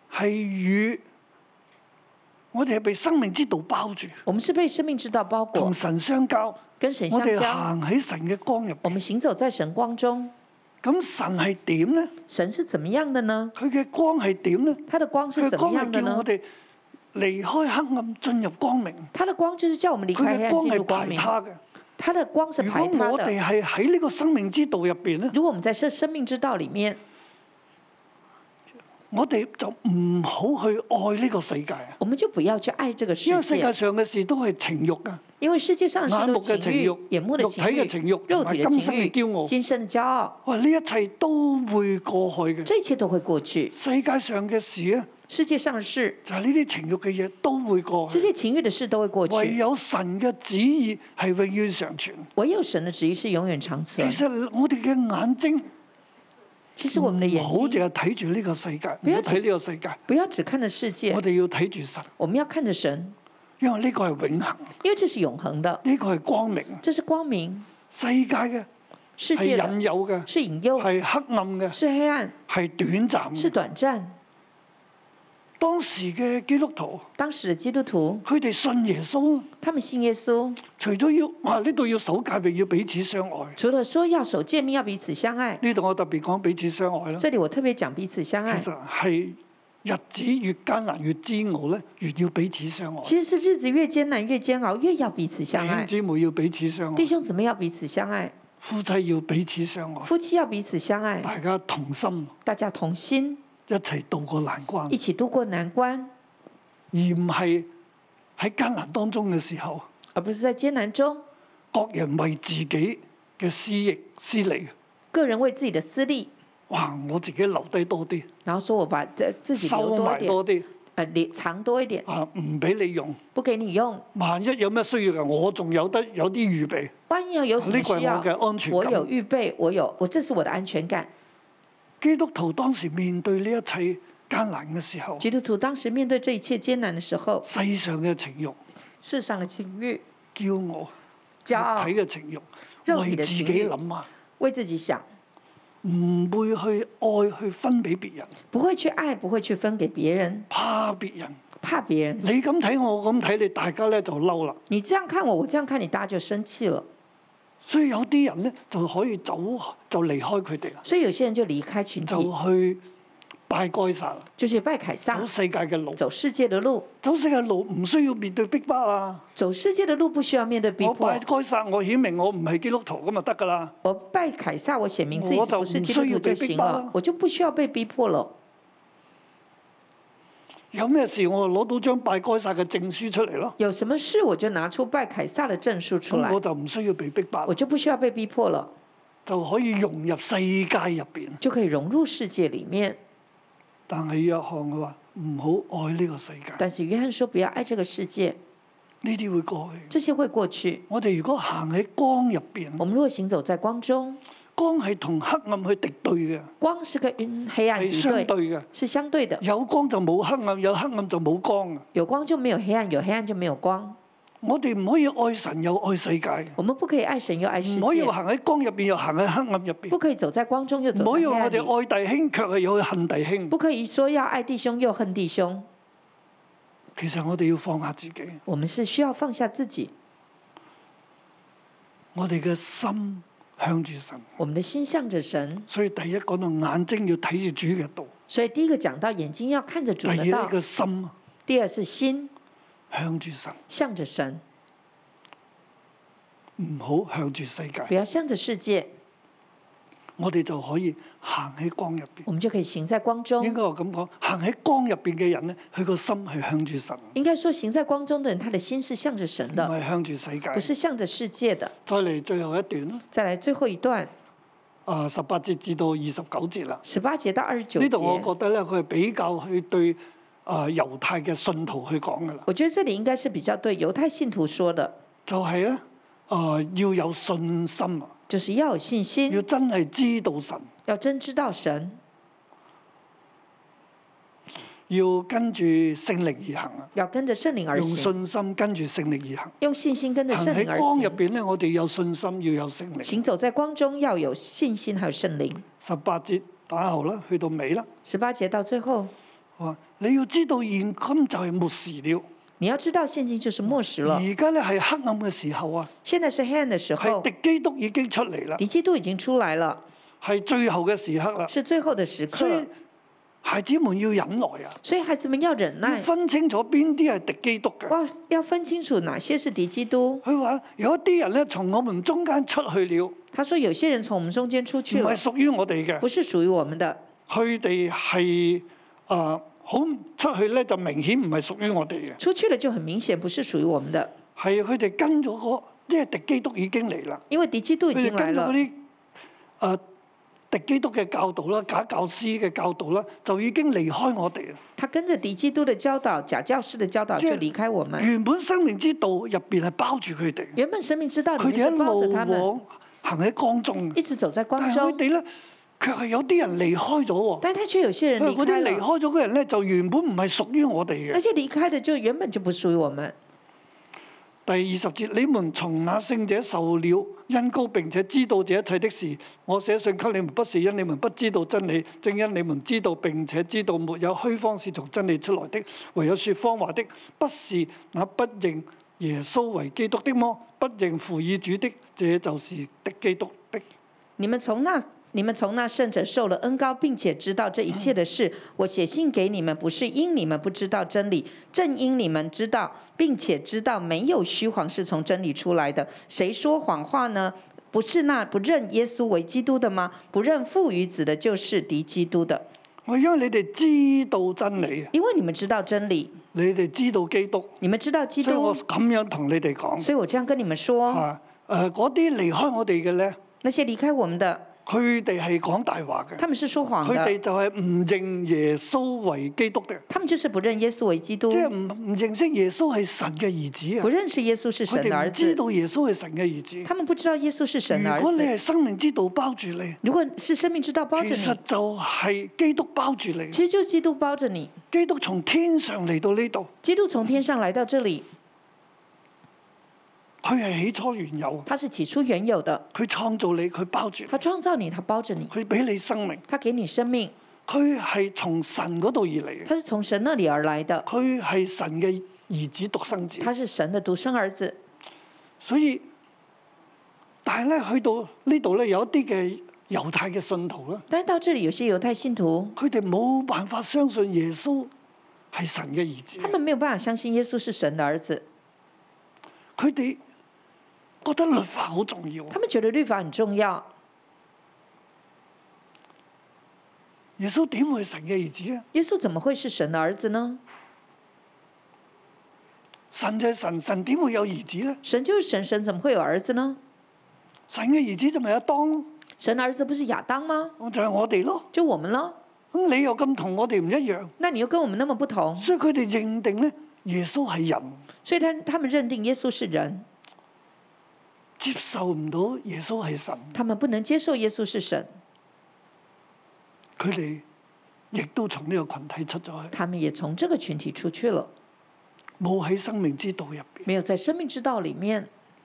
係被生命之道包住， 我們是被生命之道包裹同，神相交， 跟神我哋相交。 行喺神嘅光入邊。 我們行走在神光中。 咁神係點咧？ 神是怎麼樣的呢？ 佢嘅光係點咧？ 他的光是怎麼佢嘅光樣的呢？ 係叫我哋離開黑暗進入光明。 他的光就是叫我們離開佢黑暗進嘅光係入光明。 排他嘅。 他的光是如排他的。 果我哋係喺呢個生命之道入邊咧， 如果我們在這生命之道裡面， 我哋就唔好去愛呢個世界啊！ 我們就不要去愛這個世因為世界界， 上嘅事都係情慾啊， 因為世界上的事都是情慾、眼目的情肉體嘅情慾慾、肉體的同埋今生嘅情驕傲慾、今生的驕傲， 哇！呢一切都會過去嘅。 這一切都會過去。 世界上嘅事咧， 世界上的事， 就係呢啲情慾嘅嘢都會過去。 這些情慾的事都會過唯去。 有神嘅旨意係永遠常存。 唯有神的旨意是永遠長其存。 實我哋嘅眼睛其實我們的眼唔好淨睛係睇住呢個世界，唔不要好睇呢個世界， 不要只看着世界我，哋要睇住神， 我們要看着神， 因為呢個係永恆， 因為這是永恆的， 呢個係光明。 這是光明。 世界嘅係世界的引誘嘅， 是引誘， 係黑暗嘅， 是黑暗， 係短暫是嘅。 短暫。 當時嘅基督徒， 當時的基督徒， 佢哋信耶穌， 他們信耶穌， 除咗要呢度要守誡命，要彼此相愛。 除了說要守誡命，要彼此相愛。 呢度我特別講彼此相愛啦。 這裡我特別講彼此相愛。 其實係日子越艱難越煎熬咧，越要彼此相愛。 其實是日子越艱難越煎熬，越要彼此弟相愛。 兄姊妹要彼此相弟愛， 兄姊妹要彼此相愛， 夫妻要彼此相愛， 夫妻要彼此相愛， 大家同心大家同心， 一齊渡過難關， 一起度過難關， 而唔係喺艱難當中嘅時候， 而不是在艱難中， 各人為自己嘅私益私利。 個人為自己的私利， 哇！我自己留低多啲， 然後說我把自己留收多一埋多點， 啲， 藏多一點， 唔俾你用。 不給你用。 萬一有咩需要嘅，我仲有啲預備。 萬一要有什麼呢個係需要， 我嘅安全我感。 有預備，我這是我的安全感。 基督徒當時面對呢一切艱難嘅時候， 基督徒當時面對這一切艱難的時候， 世上嘅情慾、 世上的情慾、 驕傲、 驕傲、 肉體嘅情慾， 肉體為自的情慾己諗啊， 為自己想， 唔會去愛去分俾別人， 不會去愛，不會去分給別人， 怕別人。 怕別人。 你咁睇我咁睇你，大家咧就嬲啦。 你這樣看我，我這樣看你，大家就生氣了。 所以有啲人咧就可以走就離開佢哋啦， 所以有些人就離開群體， 就去拜該撒啦， 就去拜凱撒走，世界嘅路。 走世界的路。 走世界嘅路唔需要面對逼迫啊！ 走世界的路不需要面對逼迫我拜。該撒，我顯明我唔係基督徒咁就得㗎啦。 我拜凱撒，我顯明自己我就不是基督徒就行了，我就不需要被逼迫了。 有咩事我就攞到張拜該撒嘅證書出嚟咯。 有什麼事我就拿出拜凱撒的證書出來咁我，就唔需要被逼迫我，就不需要被逼迫了， 就可以融入世界入邊。 就可以融入世界裡面。 但係約翰佢話唔好愛呢個世界， 但是約翰說不要愛這個世界， 呢啲會過去。 這些會過去。 我哋如果行喺光入邊， 我們如果行走在光中， 光係同黑暗去敵對嘅， 光是跟黑暗係敵對， 相對嘅。 是相對的。 有光就冇黑暗，有黑暗就冇光啊！ 有光就沒有黑暗，有黑暗就沒有光。 我哋唔可以愛神又愛世界， 我們不可以愛神又愛世唔可以界， 話行喺光入邊又行喺黑暗入邊， 不可以走在光中又走唔可以話我在黑暗裡， 哋愛弟兄卻係要去恨弟兄。 不可以說要愛弟兄又恨弟兄。 其實我哋要放下自己， 我們是需要放下自己， 我哋嘅心向住神。 我們的心向着神。 所以第一講到眼睛要睇住主嘅道， 所以第一個講到眼睛要看着主第二呢的道， 個心第二是心向住神， 向着神， 唔好向住世界不。要向着世界， 我哋就可以行喺光入邊。 我們就可以行在光中。 應該我咁講，行喺光入邊嘅人咧，佢個心係向住神， 應該說行在光中的人，他的心是向着神唔的， 係向住世界不。是向着世界的。 再嚟最後一段啦， 再來最後一段 18節至到29節啦。 ，18節到29 呢度我節。 覺得咧，佢係比較去對猶太嘅信徒去講噶啦， 我覺得這裡應該是比較對猶太信徒說的， 就係咧要有信心啊， 就是要有信心， 要真係知道神， 要真知道神， 要跟住聖靈而行啊， 要跟着聖靈而用行， 信心跟住聖靈而行。 用信心跟着行聖靈而喺光入行。 邊咧，我哋有信心，要有聖靈。 行走在光中要有信心，還有聖靈。 18節打後啦，去到尾啦。 18節到最後， 話你要知道現今就係末時了， 你要知道現今就是末時了。 而家咧係黑暗嘅時候啊， 現在是黑暗的時候， 係敵基督已經出嚟啦， 敵基督已經出來了， 係最後嘅時刻啦。 是最後的時所以刻。 孩子們要忍耐啊， 所以孩子們要忍要耐， 分清楚邊啲係敵基督嘅。 哇，要分清楚哪些是敵基督。 佢話有一啲人咧從我們中間出去了， 他說有些人從我們中間出唔去了係，屬於我哋嘅不，是屬於我們的。 佢哋係好出去咧就明顯唔係屬於我哋嘅， 出去了就很明顯不是屬於我們的， 係佢哋跟咗個即係敵基督已經嚟啦。 因為敵基督已佢哋經來了。 跟咗嗰啲敵基督嘅教導啦、假教師嘅教導啦，就已經離開我哋啦。 他跟着敵基督的教導、假教師的教導就離開我們。 原本生命之道入邊係包住佢哋， 原本生命之道裡佢哋一面是包着路他們， 往行喺光中， 一直走在光但係佢中， 哋咧卻係有啲人離開咗喎。 但他卻有些人離嗰啲離開了， 開咗嘅人咧，就原本唔係屬於我哋嘅。 那些離開的就原本就不屬於我們。 第20節，你們從那聖者受了恩膏，並且知道這一切的事。我寫信給你們，不是因你們不知道真理，正因你們知道並且知道沒有虛謊是從真理出來的，唯有說謊話的，不是那不認耶穌為基督的麼？不認父與主的，這就是敵基督的。 你們從那聖者受了恩膏，並且知道這一切的事。我寫信給你們，不是因你們不知道真理，正因你們知道，並且知道沒有虛謊是從真理出來的。誰說謊話呢？不是那不認耶穌為基督的嗎？不認父與子的，就是敵基督的。 我因為你哋知道真理， 因為你們知道真理， 你哋知道基督， 你們知道基所以我督， 咁樣同你哋講。 所以我這樣跟你們說， 嗰啲離開我哋嘅咧， 那些離開我們的， 佢哋係講大話嘅。 他們是說謊佢哋的， 就係唔認耶穌為基督嘅， 他們就是不認耶穌為基督即，係唔認識耶穌係神嘅兒子啊！ 不認識耶穌是神佢哋唔的兒子， 知道耶穌係神嘅兒子。 他們不知道耶穌是神的如果你兒子。 係生命之道包住你， 如果是生命之道包着其實你， 就係基督包住你。 其實就是基督包着你。 基督從天上嚟到呢度， 基督從天上來到這裡， 佢係起初原有， 他是起初原有的， 佢創造你，佢包住你， 他創造你，他包着你， 佢俾你生命， 他給你生命， 佢係從神嗰度而嚟嘅， 他是從神那裡而來的， 佢係神嘅兒子獨生子。 他是神的獨生兒子。 所以但係咧去到呢度咧，有一啲嘅猶太嘅信徒啦， 但係到這裡有些猶太信徒， 佢哋冇辦法相信耶穌係神嘅兒子。 他們沒有辦法相信耶穌是神的兒子。 佢哋覺得律法好重要。 他們覺得律法很重要。 耶穌點會係神嘅兒子啊？ 耶穌怎麼會是神的兒子呢？ 神就係神，神點會有兒子呢？ 神就是神，神怎麼會有兒子呢？ 神嘅兒子就咪亞當咯， 神的兒子不是亞當嗎？ 就係我哋咯。 就我們咯。 咁你又咁同我哋唔一樣， 那你又跟我們那麼不同， 所以佢哋認定咧耶穌係人， 所以他們認定耶穌是人， 接受唔到耶穌係神。 他們不能接受耶穌是神， 佢哋亦都從呢個群體出咗去， 他們也從這個群體出去了， 冇喺生命之道入邊， 沒有在生命之道裡面，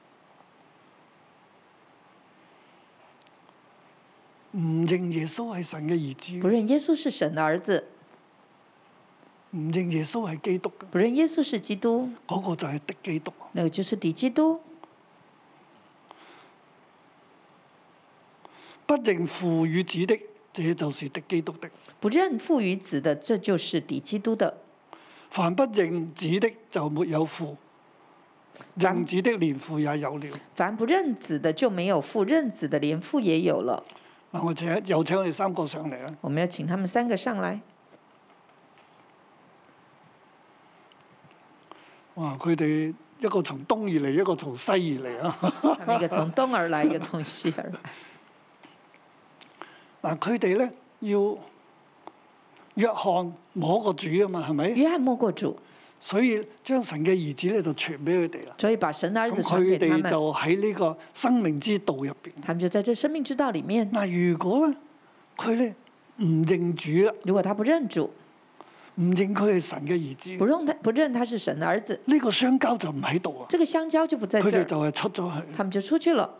唔認耶穌係神嘅兒子， 不認耶穌是神的兒子， 唔認耶穌係基督嘅， 不認耶穌是基督， 嗰個就係敵基督。 那個就是敵基督。 不認父與子的，這就是敵基督的。 不認父與子的，這就是敵基督的。 凡不認子的，就沒有父；認子的，連父也有了。 凡不認子的，就沒有父；認子的，連父也有了。 嗱，我又請我哋三個上嚟啦。 我們要請他們三個上來。 哇！佢哋一個從東而嚟，一個從西而嚟啊！ 他們一個從東而來，一個從西而來。 嗱，佢哋咧要約翰摸過主啊嘛，係咪？ 約翰摸過主， 所以將神嘅兒子咧就傳俾佢哋啦。 所以把神的兒子咁佢傳給他們。 哋就喺呢個生命之道入邊。 他們就在這生命之道裡面。 嗱，如果咧佢咧唔認主啦， 如果他不認主， 唔認佢係神嘅兒子， 不認他是神的兒子， 呢個相交就唔喺度啊。 這個相交就不在這兒。 佢哋就係出咗去。 他們就出去了。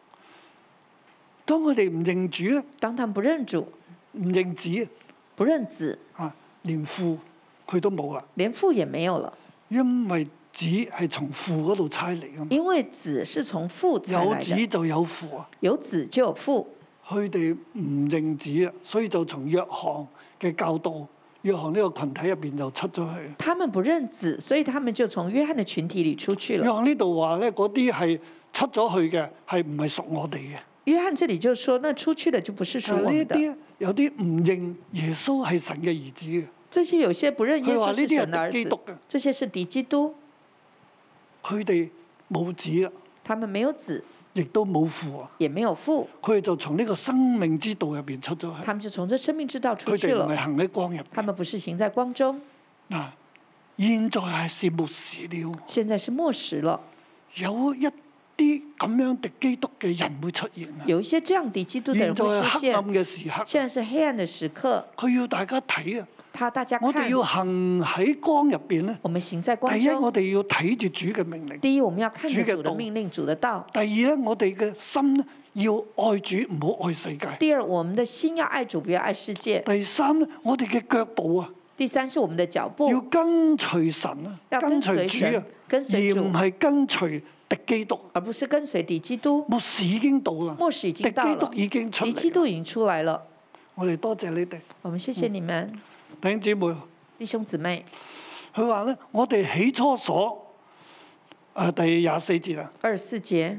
當佢哋唔認主咧， 當他們不認主、 唔認子不認子， 啊，連父佢都冇啦， 連父也沒有了。 因為子係從父嗰度差嚟噶嘛。 因為子是從父才有來的， 子就有父啊。 有子就有父。 佢哋唔認子啊，所以就從約翰嘅教導、約翰呢個群體入邊就出咗去。 他們不認子，所以他們就從約翰的群體裡出去了。 約翰呢度話咧，嗰啲係出咗去嘅，係唔係屬我哋嘅？ 約翰這裡就說，那出去的就不是屬我們的。 呢啲有啲唔認耶穌係神嘅兒子嘅。 這些有些不認耶穌是神的兒子， 嘅， 這些是敵基督。 佢哋冇子啊， 他們沒有子， 亦都冇父啊。 也沒有父， 佢哋就從呢個生命之道入邊出咗去。 他們就從這生命之道出佢去了。 哋唔係行喺光入邊。 他們不是行在光中。 嗱，現在係末時了。 現在是末時了。 有一啲咁樣敵基督嘅人會出現啊！ 有一些這樣敵基督嘅人現在係會出現。 黑暗嘅時刻。 現在是黑暗的時刻。 佢要大家睇啊！ 大家看。 我哋要行喺光入邊咧。 我們行在光中。 第一，我哋要睇住主嘅命令。 第一，我們要看着主的命令、主的道。 第二咧，我哋嘅心咧要愛主，唔好愛世界。 第二，我們的心要愛主，不要愛世界。 第三咧，我哋嘅腳步啊。 第三是我們的腳步。 要跟隨神啊，跟隨主啊，而唔係跟隨敵基督， 而不是跟隨敵基督。 末時已經到啦， 末時已經到了， 敵基督已經出嚟， 敵基督已經出來了。 我哋多謝你哋， 我們謝謝你們， 弟兄姊妹、 弟兄姊妹。 佢話咧，我哋起初所第24節啊 ，24節，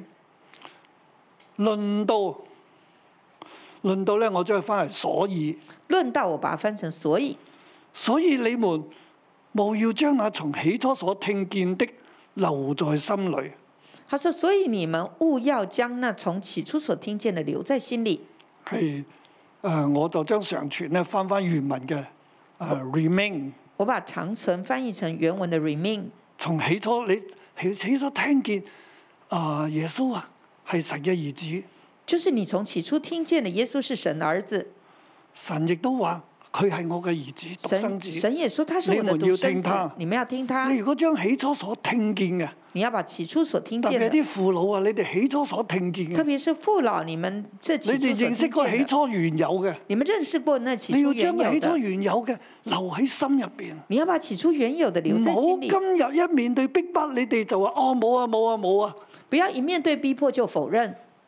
論到咧，我將佢翻嚟，所以論到我把它翻成所以你們務要將那從起初所聽見的留在心裏。 他說：所以你們務要將那從起初所聽見的留在心裏。 係我就將常存咧翻原文嘅remain。 我把長存翻譯成原文的 remain。 從起初你起初聽見耶穌啊係神嘅兒子， 就是你從起初聽見的耶穌是神的兒子。 神亦都話佢係我嘅兒子，獨生子。 神也說他是我的獨生子，你們要聽他。 你如果將起初所聽見嘅， 你要把起初所聽見的， 特別啲父老啊，你哋起初所聽見嘅， 特別是父老，你們這起初所聽見的， 你哋認識過起初原有嘅， 你們認識過那起初你要原有的， 將起初原有嘅留喺心入邊。 你要把起初原有的留在心裏。 唔好今日一面對逼迫，你哋就話哦冇啊冇啊冇啊！ 不要一面對逼迫就否認。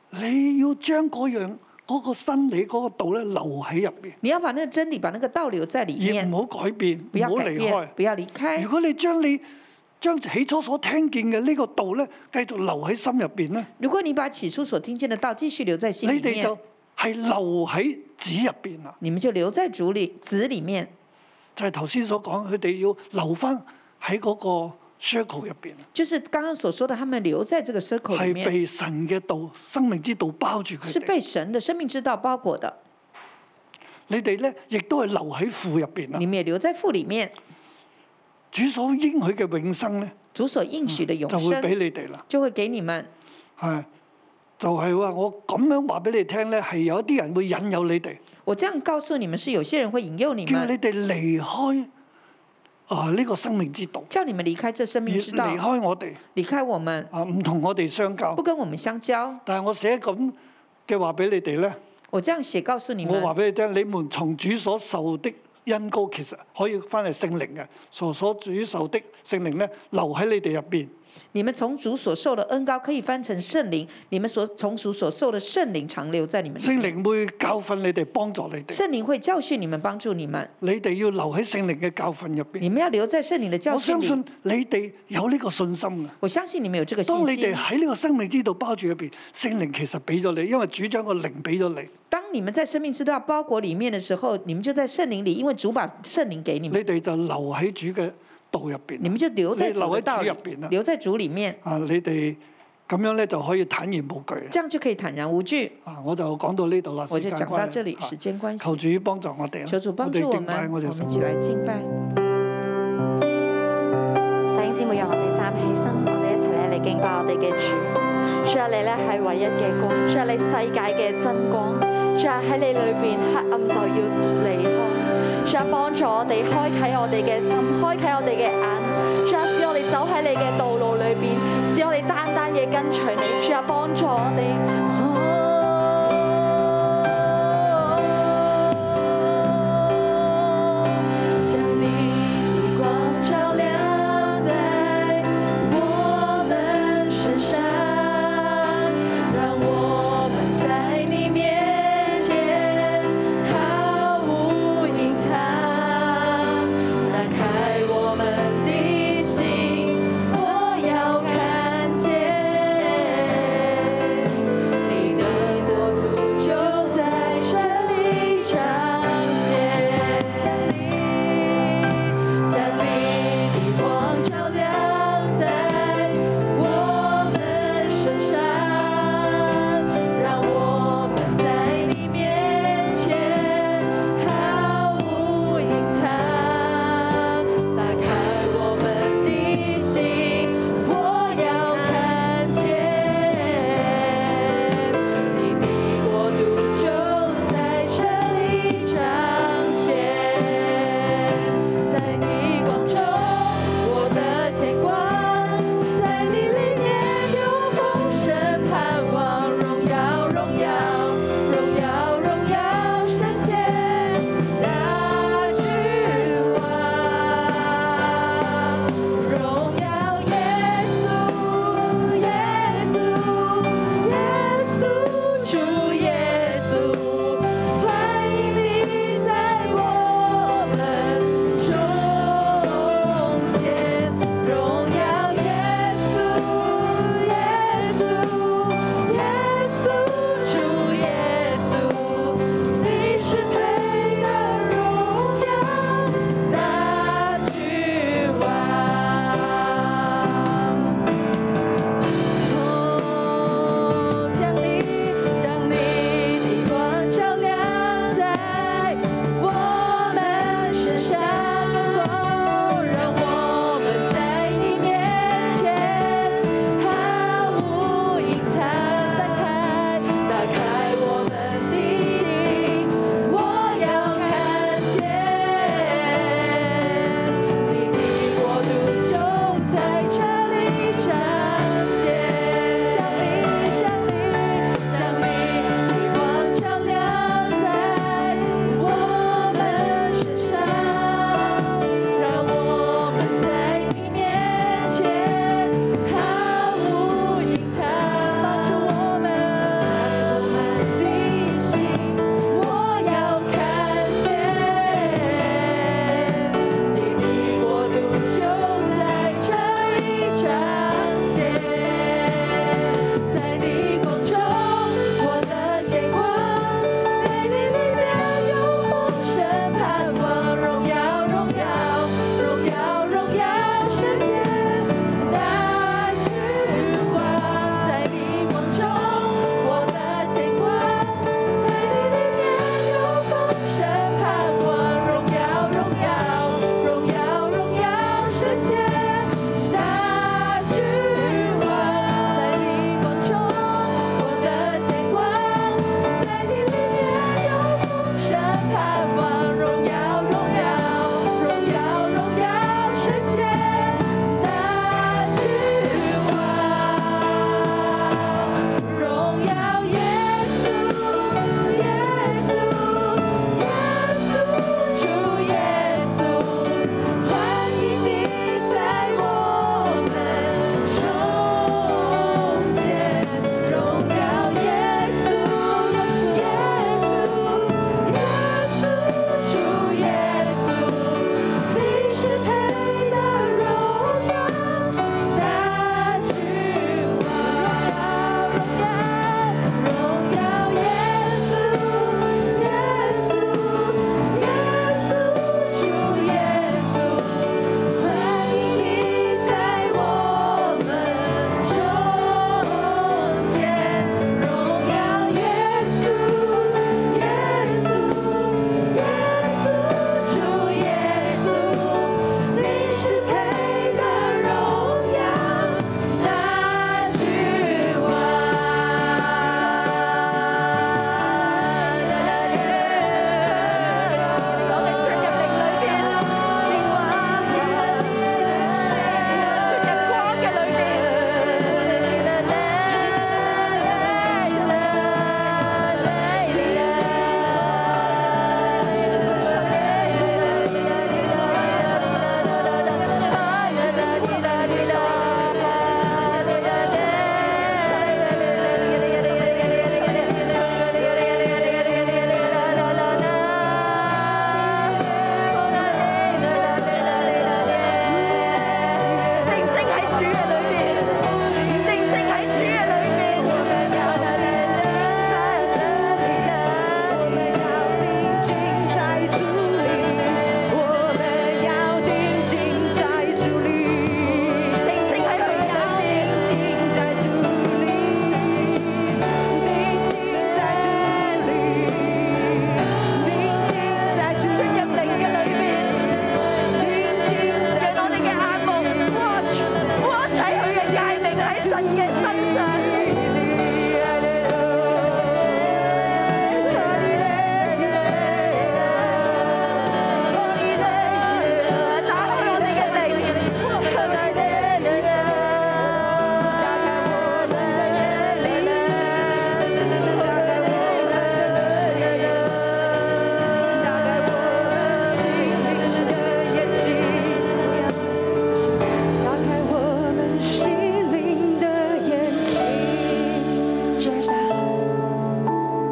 你要將嗰個真理嗰個道咧留喺入邊。 你要把那個真理，把那個道留在裡面， 而唔好改變， 不要唔好離改變開。， 不要離開。 如果你將起初所聽見嘅呢個道咧，繼續留喺心入邊咧， 如果你把起初所聽見的道繼續留在心裡面， 你哋就係留喺子入邊啦。 你們就留在子裡面。 就係頭先所講，佢哋要留翻喺嗰個 circle 入邊， 就是剛剛所說的，他們留在這個 circle 裡係面， 被神嘅道、生命之道包住佢哋。 是被神的生命之道包裹的。 你哋咧亦都係留喺父入邊啦你。們也留在父裡面， 主所應許嘅永生咧， 主所應許的永就會俾生你哋啦。 就會給你們。 係就係話我咁樣話俾你聽咧，係有一啲人會引誘你哋， 我這樣告訴你們，是有些人會引誘你們， 叫你哋離開呢個生命之道， 叫你們離開這生而命之道， 離開我哋離開我們， 唔同我哋相交不。跟我們相交。 但係我寫咁嘅話俾你哋咧， 我這樣寫告訴你我話們， 俾你聽，你們從主所受的恩膏，其實可以翻嚟聖靈嘅，所主受的聖靈咧，留喺你哋入邊。 你們從主所受的恩膏可以翻成聖靈，你們從主所受的聖靈常留在你們裡面。 聖靈會教訓你哋，幫助你哋。 聖靈會教訓你們，幫助你們。 你哋要留喺聖靈嘅教訓入邊。 你們要留在聖靈的教訓裡。 我相信你哋有呢個信心嘅。 我相信你們有這個信當你哋心。 喺呢個生命之道包住入邊，聖靈其實俾咗你，因為主將個靈俾咗你。 當你們在生命之道包裹裡面的時候，你們就在聖靈裡，因為主把聖靈給你們。 你哋就留喺主嘅道入邊。 你們就留在主的道裡， 你留喺主入邊啦。 留在主裡面。 你哋咁樣咧就可以坦然無懼。 這樣就可以坦然無懼。 我就講到呢度啦。 我就講到這裡， 時時間關係。 求主幫助我哋。 求主幫助我們，我們一起來敬拜。 弟兄姊妹，讓我哋站起身，我哋一齊咧嚟敬拜我哋嘅主。主啊，你咧係唯一嘅光，主啊，你世界嘅真光。主啊，喺你裏邊黑暗就要離開。主啊，幫助我哋開啟我哋嘅心，開啟我哋嘅眼。主啊，使我哋走喺你嘅道路裏邊，使我哋單單嘅跟隨你。主啊，幫助我哋。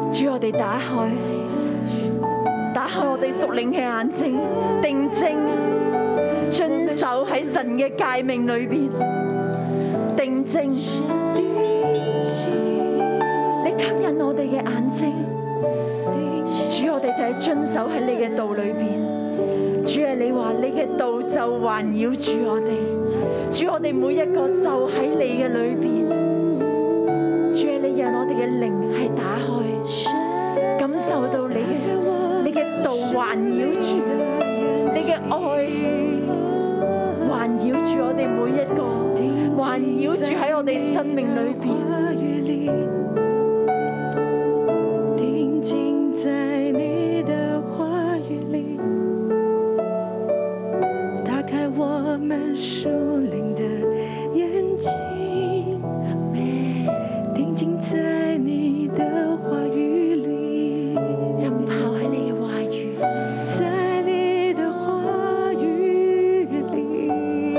主，我哋打開我哋屬靈嘅眼睛，定睛遵守喺神嘅誡命裏邊，定睛。你吸引我哋嘅眼睛，主，我哋就係遵守喺你嘅道裏邊。主啊，你話你嘅道就環繞住我哋，主，我哋每一個就喺你嘅裏邊。主啊，你讓我哋嘅靈係打開，感受到你嘅道環繞住，你嘅愛環繞住我哋每一個，環繞住喺我哋生命裏邊。 定睛在你的話語裏，打開我們屬靈的眼睛，定睛在你的話語裏， 浸泡喺你嘅話語， 在你的話語裏，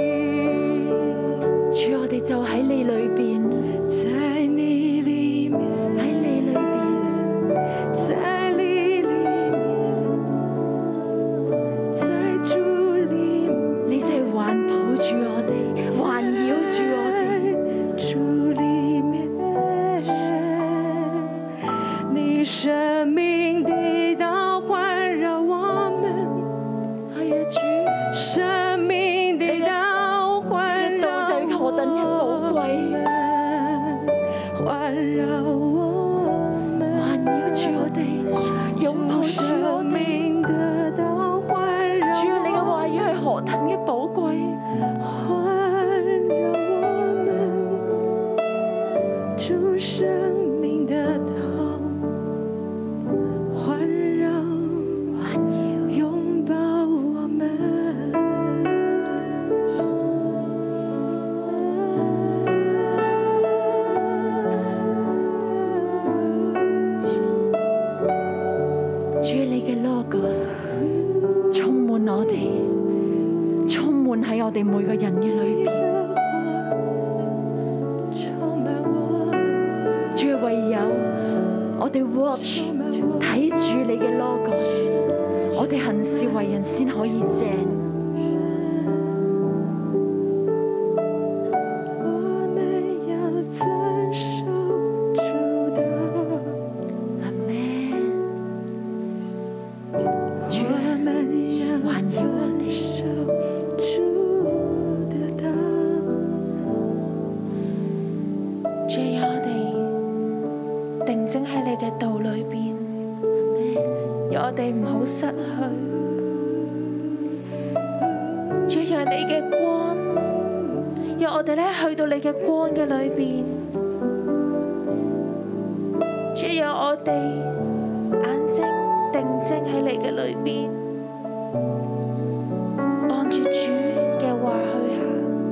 主，我哋就喺你裏邊， 在你裏面， 喺你裏邊， 在你裏面，在主裏面， 你就係環抱住我哋，環繞住我哋。 主裏面，你生命的道環繞我們， 係啊，主， 生命的道環繞道就係何等嘅寶貴， 環繞我們， 環繞住我哋，擁抱住我生哋。 命的道環繞， 主啊，你嘅話語係何等嘅寶貴， 環繞我們，主生命的道環繞，擁抱我們。 主，你嘅 Logos 充滿我哋，充滿喺我哋每個人嘅裏邊。主，唯有我哋 watch 睇住你嘅 Logos，我哋行事為人先可以正。 我們要遵守主的， 阿們。主， 我們要環繞我哋， 守主的道。 主，讓我哋定睛喺你嘅道裏邊，讓我哋唔好失去。主，讓你嘅光，讓我哋咧去到你嘅光嘅裏邊。主，讓我哋眼睛定睛喺你嘅裏邊，按住主嘅話去行。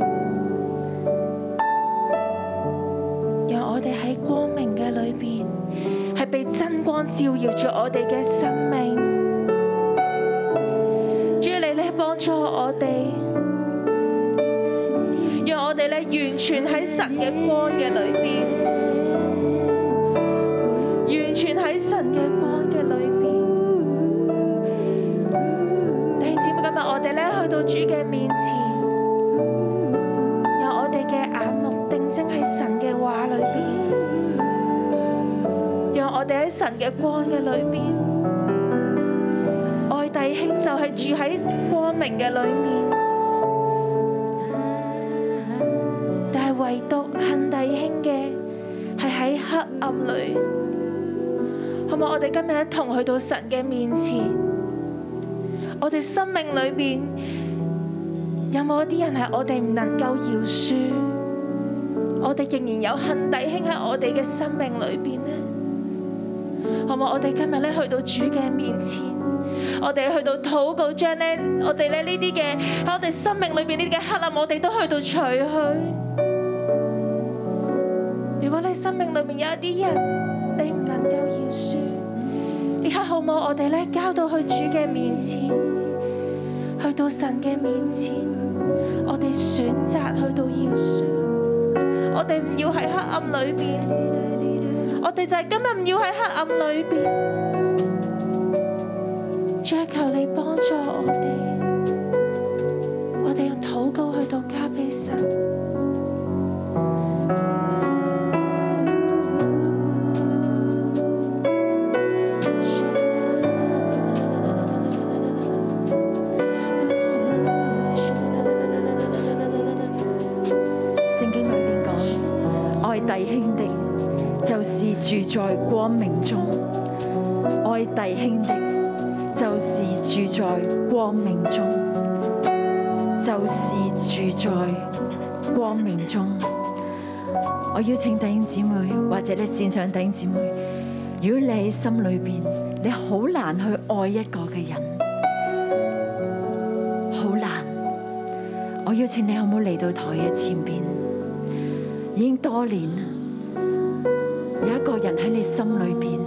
讓我哋喺光明嘅裏邊，係被真光照耀住我哋嘅生命。主，你咧幫助我哋，讓我哋咧完全喺神嘅光嘅裏邊，完全喺神嘅光嘅裏邊。弟兄姊妹，今日我哋咧去到主嘅面前，讓我哋嘅眼目定睛喺神嘅話裏邊，讓我哋喺神嘅光嘅裏邊，愛弟兄就係住喺光明嘅裏面，但係唯獨恨弟兄嘅係喺黑暗裏。好唔好？我哋今日一同去到神嘅面前，我哋生命裏邊有冇一啲人係我哋唔能夠饒恕？我哋仍然有恨弟兄喺我哋嘅生命裏邊呢？好唔好？我哋今日咧去到主嘅面前，我哋去到禱告，將咧我哋咧呢啲嘅喺我哋生命裏邊呢啲嘅黑暗，我哋都去到除去。如果你生命裏面有一啲人，你唔能夠饒恕，呢刻好唔好？我哋咧交到去主嘅面前，去到神嘅面前，我哋選擇去到饒恕。我哋唔要喺黑暗裏邊， 我哋就係今日唔要喺黑暗裏邊。主啊，求你幫助我哋用禱告去到交俾神。 聖經裏邊講，愛弟兄的，就是住在光明中；愛弟兄的，就是住在光明中，就是住在光明中。我邀請弟兄姊妹，或者你線上弟兄姊妹，如果你喺心裏邊，你好難去愛一個嘅人，好難。我邀請你可唔可以嚟到台嘅前邊？已經多年，有一個人喺你心裏邊，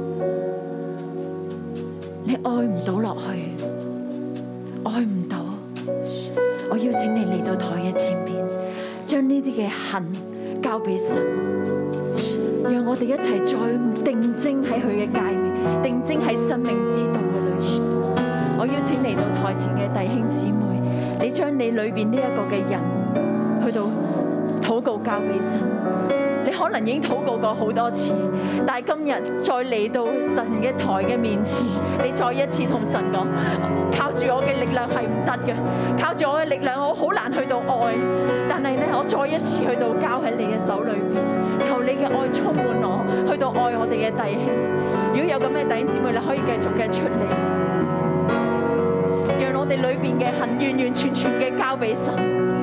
你愛唔到落去，愛唔到。我邀請你嚟到台嘅前邊，將呢啲嘅恨交俾神，讓我哋一齊再定睛喺佢嘅界面，定睛喺生命之道嘅裏面。我邀請嚟到台前嘅弟兄姊妹，你將你裏邊呢一個嘅人去到禱告交俾神。你可能已經禱告過好多次，但係今日再嚟到神嘅台嘅面前，你再一次同神講：靠住我嘅力量係唔得嘅，靠住我嘅力量我好難去到愛。但係咧，我再一次去到交喺你嘅手裏邊，求你嘅愛充滿我，去到愛我哋嘅弟兄。如果有咁嘅弟兄姊妹，你可以繼續嘅出嚟，讓我哋裏邊嘅恨完完全全嘅交俾神。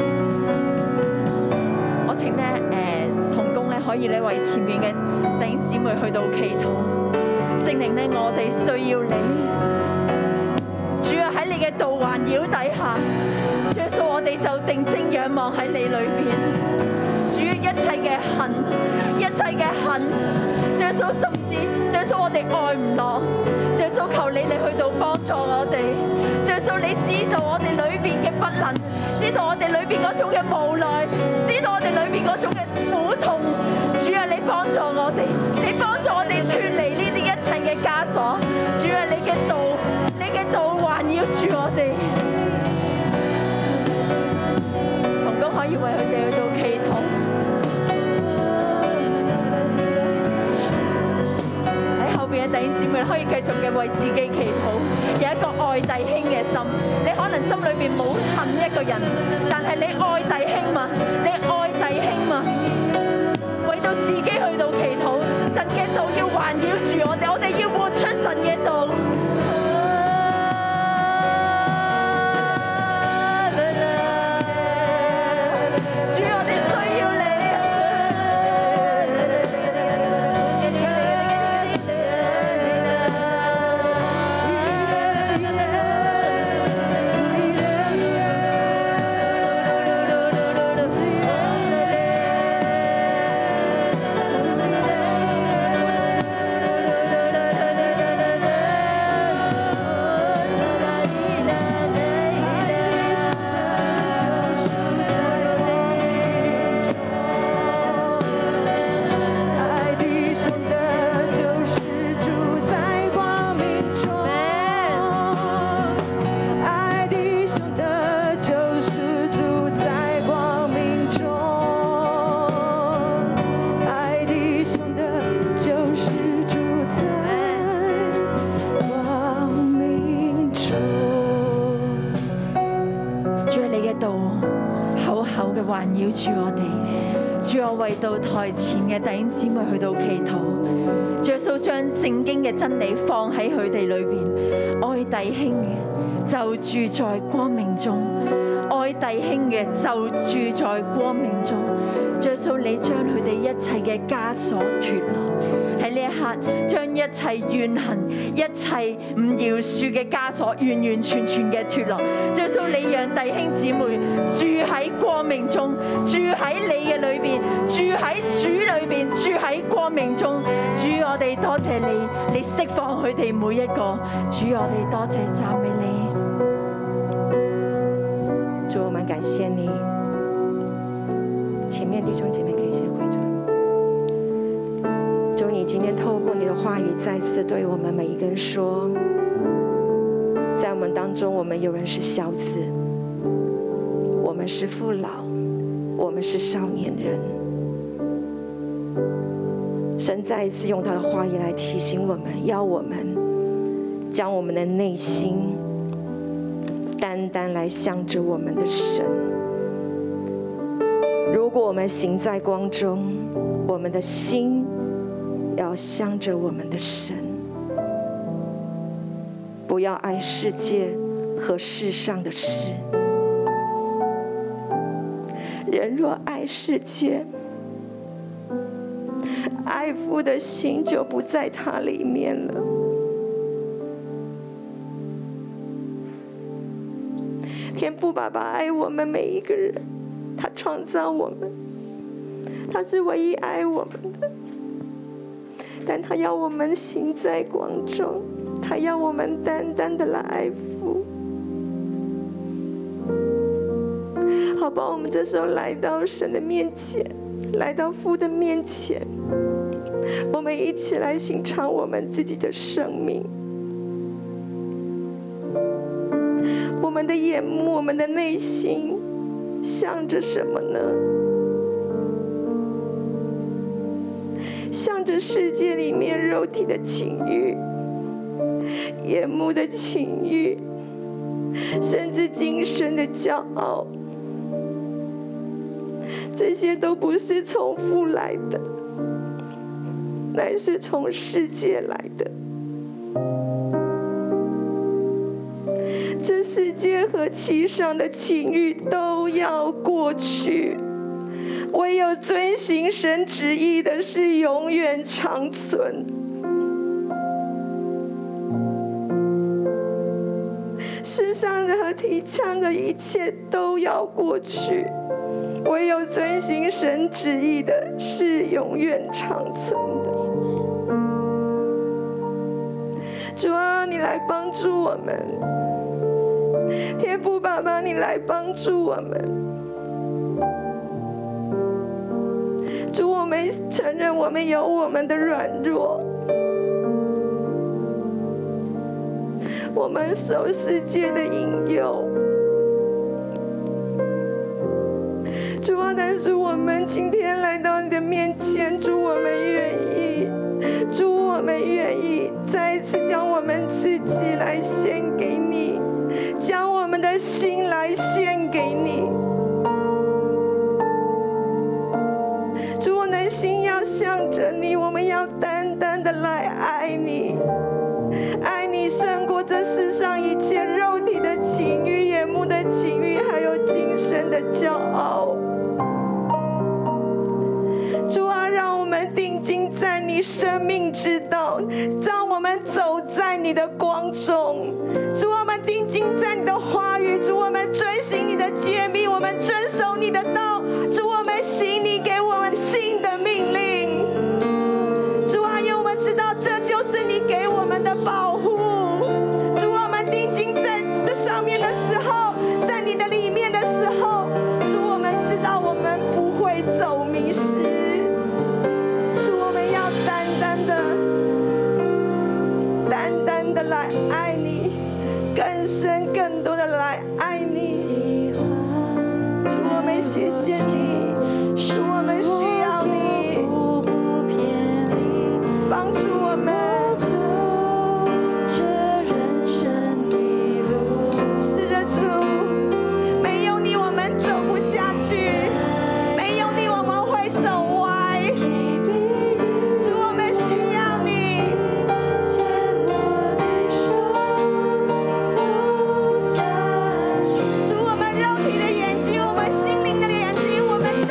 我請咧同工咧可以咧為前面嘅弟兄姊妹去到祈禱。聖靈咧，我哋需要你，主要喺你嘅道環繞底下，主耶穌我哋就定睛仰望喺你裏邊。主一切嘅恨，一切嘅恨，主耶穌甚至主耶穌我哋愛唔落，主耶穌求你去到幫助我哋。主耶穌你知道我哋裏邊嘅不能，知道我哋裏邊嗰種嘅無奈，知道我哋裏邊嗰種嘅苦痛。主啊，你幫助我哋，你幫助我哋脫離呢啲一切嘅枷鎖。主啊，你嘅道環繞住我哋。同工可以為佢哋去到祈禱。喺後邊嘅弟兄姊妹可以繼續嘅為自己祈禱，有一個愛弟兄嘅心。你可能心裏邊冇恨一個人，但係你愛弟兄嘛，你愛弟兄嘛。為到自己去到祈禱，神嘅道要環繞住我哋，我哋要活出神嘅道。主，我哋需要你。環繞住我哋，主，我為到台前嘅弟兄姊妹去到祈禱，主耶穌將聖經嘅真理放喺佢哋裏邊，愛弟兄嘅就住在光明中，愛弟兄嘅就住在光明中。主耶穌，你將佢哋一切嘅枷鎖脫落，喺呢一刻將一切怨恨、一切唔饒恕嘅枷鎖完完全全嘅脫落。主耶穌，你讓弟兄姊妹住喺光明中，住喺你嘅裏邊，住喺主裏邊，住喺光明中。主，我哋多謝你，你釋放佢哋每一個。主，我哋多謝讚美你。 主，我們感謝你。前面弟兄姐妹可以先回轉。主，你今天透过你的话语再次对我们每一个人说，在我们当中，我们有人是小子，我们是父老，我们是少年人。神再一次用他的话语来提醒我们，要我们将我们的内心单单来向着我们的神。如果我们行在光中，我们的心要向着我们的神，不要爱世界和世上的事。人若爱世界，爱父的心就不在他里面了。天父爸爸爱我们每一个人，他创造我们，他是唯一爱我们的，但他要我们行在光中，他要我们单单的来爱父。好吧，我们这时候来到神的面前，来到父的面前，我们一起来欣赏我们自己的生命。我们的眼目，我们的内心向着什么呢？向着世界里面肉体的情欲，眼目的情欲，甚至今生的骄傲，这些都不是从父来的，乃是从世界来的。这世界和其上的情欲都要过去，唯有遵行神旨意的是永远长存。世上的和提倡的一切都要过去，唯有遵行神旨意的是永远长存的。主啊，你来帮助我们。天父爸爸，你来帮助我们。主，我们承认我们有我们的软弱，我们受世界的引诱。主啊，但是我们今天来到你的面前，主，我们愿意，主，我们愿意再一次将我们自己来献给你，将我们的心来献给你。主，我们的心要向着你，我们要单单的来爱你，爱你胜过这世上一切肉体的情欲、眼目的情欲，还有今生的骄傲。主啊，让我们定睛在你生命之道，让我们走在你的光中。主，我们定睛在你的话语，主，我们遵行你的诫命，我们遵守你的道，主，我们行你给我们新的命令。主啊，因为我们知道这就是你给我们的保护。主，我们定睛在这上面的时候，在你的里面的时候，主，我们知道我们不会走迷失。单单的来爱你，更深更多的来爱你。主，我们谢谢你，主，我们需要你，帮助我们走这人生的路。是的，主，没有你我们走不下去，没有你我们会走歪。主，我们需要你。主，我们肉体的眼睛，我们心灵的眼睛，我们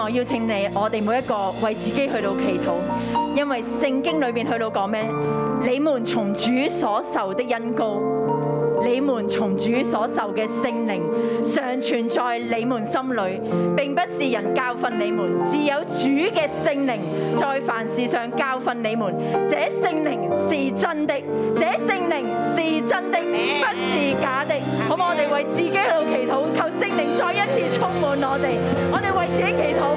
望邀請你，我哋每一個為自己去到祈禱，因為聖經裏邊去到講咩？你們從主所受的恩膏，你們從主所受嘅聖靈常存在你們心裏，並不是人教訓你們，只有主嘅聖靈在凡事上教訓你們。這聖靈是真的，這聖靈是真的，不是假的。好唔好？我哋為自己喺度祈禱，求聖靈再一次充滿我哋。我哋為自己祈禱。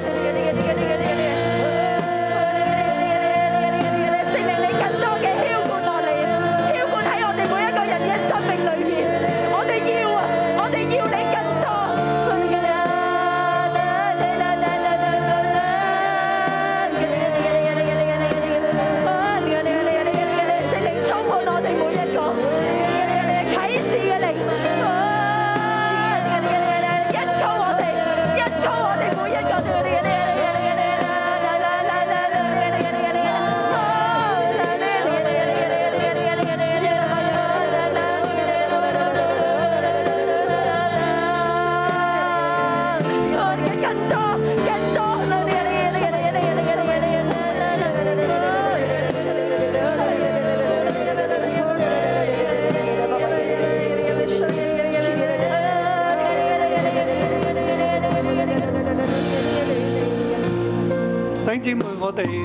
聖靈你更多嘅澆灌落嚟，澆灌喺我哋每一個人嘅生命裏面。我哋要啊，我哋要你更多。聖靈充滿我哋每一個，啟示嘅靈，一高我哋，一高我哋每一個。 弟兄姊妹，我哋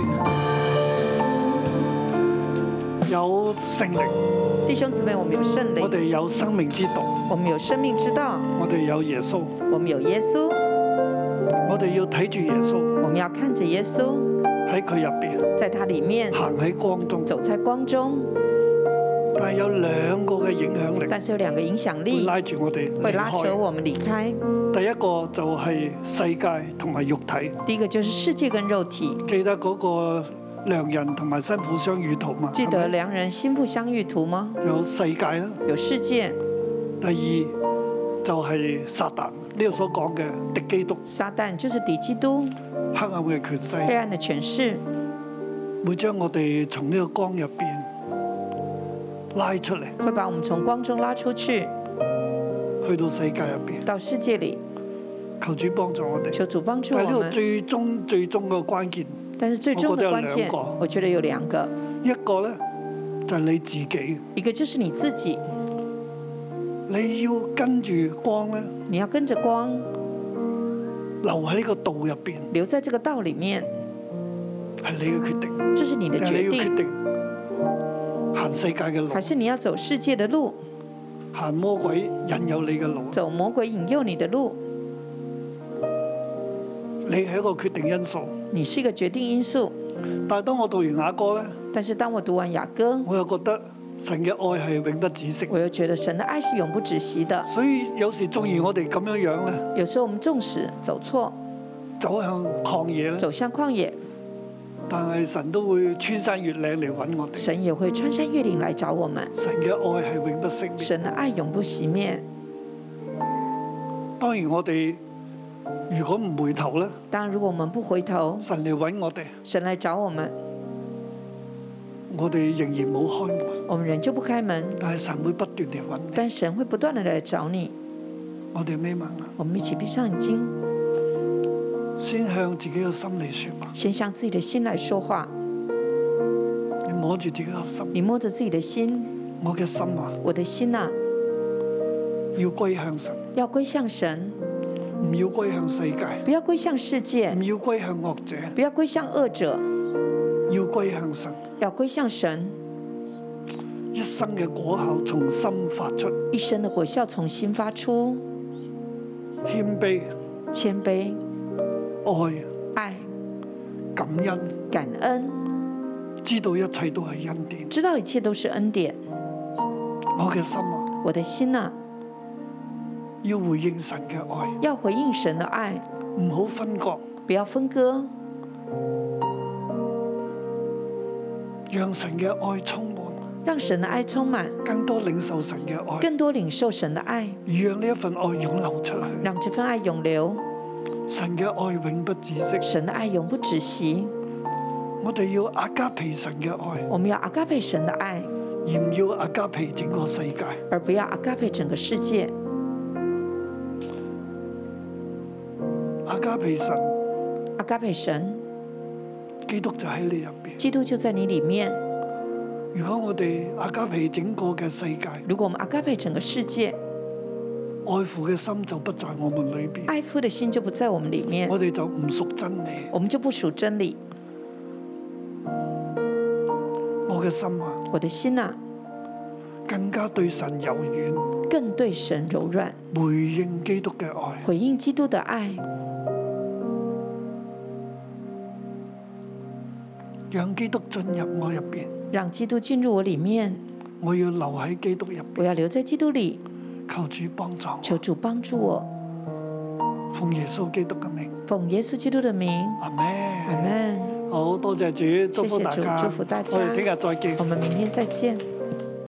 有聖靈， 弟兄姊妹，我們有聖靈， 我哋有生命之道， 我們有生命之道， 我哋有耶穌， 我們有耶穌， 我哋要睇住耶穌， 我們要看着耶穌喺佢入邊， 在他裡面行喺光中， 走在光中。 但係有兩個嘅影響力， 但是有兩個影響會力拉住我哋會離開。 拉扯我們離開。 第一個就係世界同埋肉體。 第一個就是世界跟肉體。 記得嗰個良人同埋新婦相遇圖嘛？ 記得良人新婦相遇圖嗎？ 有世界啦， 有世界。 第二就係撒旦，呢度所講嘅敵基督。 撒旦就是敵基督， 黑暗嘅權勢， 黑暗嘅權勢， 會將我哋從呢個光入邊拉出嚟， 會把我們從光中拉出去， 去到世界入邊， 到世界裡。 求主幫助我哋。 求主幫助我們。 但係呢度最終個關鍵， 但是最終的關鍵，我覺得有兩個。一個咧就係你自己， 一個就是你自己。 你要跟住光咧， 你要跟着光， 留喺呢個道入邊， 留在這個道裡面， 係你嘅決定。 這是你的決定。 但係你要決定行世界嘅路， 還是你要走世界的路？ 行魔鬼引誘你嘅路， 走魔鬼引誘你的路。 你係一個決定因素。 你是一個決定因素。 但係當我讀完雅歌咧， 但是當我讀完雅歌， 我又覺得神嘅愛係永不止息。 我又覺得神的愛是永不止息的。 所以有時縱然我哋咁樣樣咧， 有時候我們縱使走錯， 走向曠野咧， 走向曠野， 但係神都會穿山越嶺嚟揾我哋。 神也會穿山越嶺來找我們。 神嘅愛係永不熄滅。 神的愛永不熄滅。 當然我哋如果唔回頭咧， 當然如果我們不回頭， 神嚟揾我哋， 神來找我們， 我哋仍然冇開門， 我們仍舊不開門， 但係神會不斷嚟揾你。 但神會不斷地來找你。 我哋眯埋眼， 我們一起閉上眼睛， 先向自己嘅心嚟說話。 先向自己的心來說話。 你摸住自己嘅心， 你摸着自己的心。 我嘅心啊， 我的心啊， 要歸向神， 要歸向神， 唔要歸向世界， 不要歸向世界， 唔要歸向惡者， 不要歸向惡者， 要歸向神， 要歸向神。 一生嘅果效從心發出， 一生的果效從心發出。 謙卑、 謙卑、 愛、感恩、 感恩， 知道一切都係恩典， 知道一切都是恩典。 我嘅心啊， 我的心啊， 要回應神嘅愛， 要回應神的愛， 唔好分割， 不要分割， 讓神嘅愛充滿， 讓神的愛充滿， 更多領受神嘅愛， 更多領受神的愛， 而讓呢一份愛湧流出去， 讓這份愛湧流。 神嘅愛永不止息， 神的愛永不止息。 我哋要阿加皮神嘅愛， 我們要阿加佩神的愛， 而唔要阿加皮整個世界， 而不要阿加佩整個世界。 阿加皮神阿加培神， 基督就喺你入邊。 基督就在你裡面。 如果我哋阿加培整個嘅世界， 如果我們阿加培整個世界， 愛父嘅心就不在我們裏邊， 愛父的心就不在我們裡面， 我哋就唔屬真理。 我們就不屬真理。 我嘅心啊， 我的心啊， 更加對神柔軟， 更對神柔軟， 回應基督嘅愛， 回應基督的愛， 讓基督進入我入邊。 讓基督進入我裡面。 我要留喺基督入邊， 我要留在基督裡。 求主幫助我， 求主幫助我。 奉耶穌基督嘅名， 奉耶穌基督的名。 阿門。 阿門。 好多謝主，祝福大家， 謝謝主，祝福大家。 我哋聽日再見。 我們明天再見。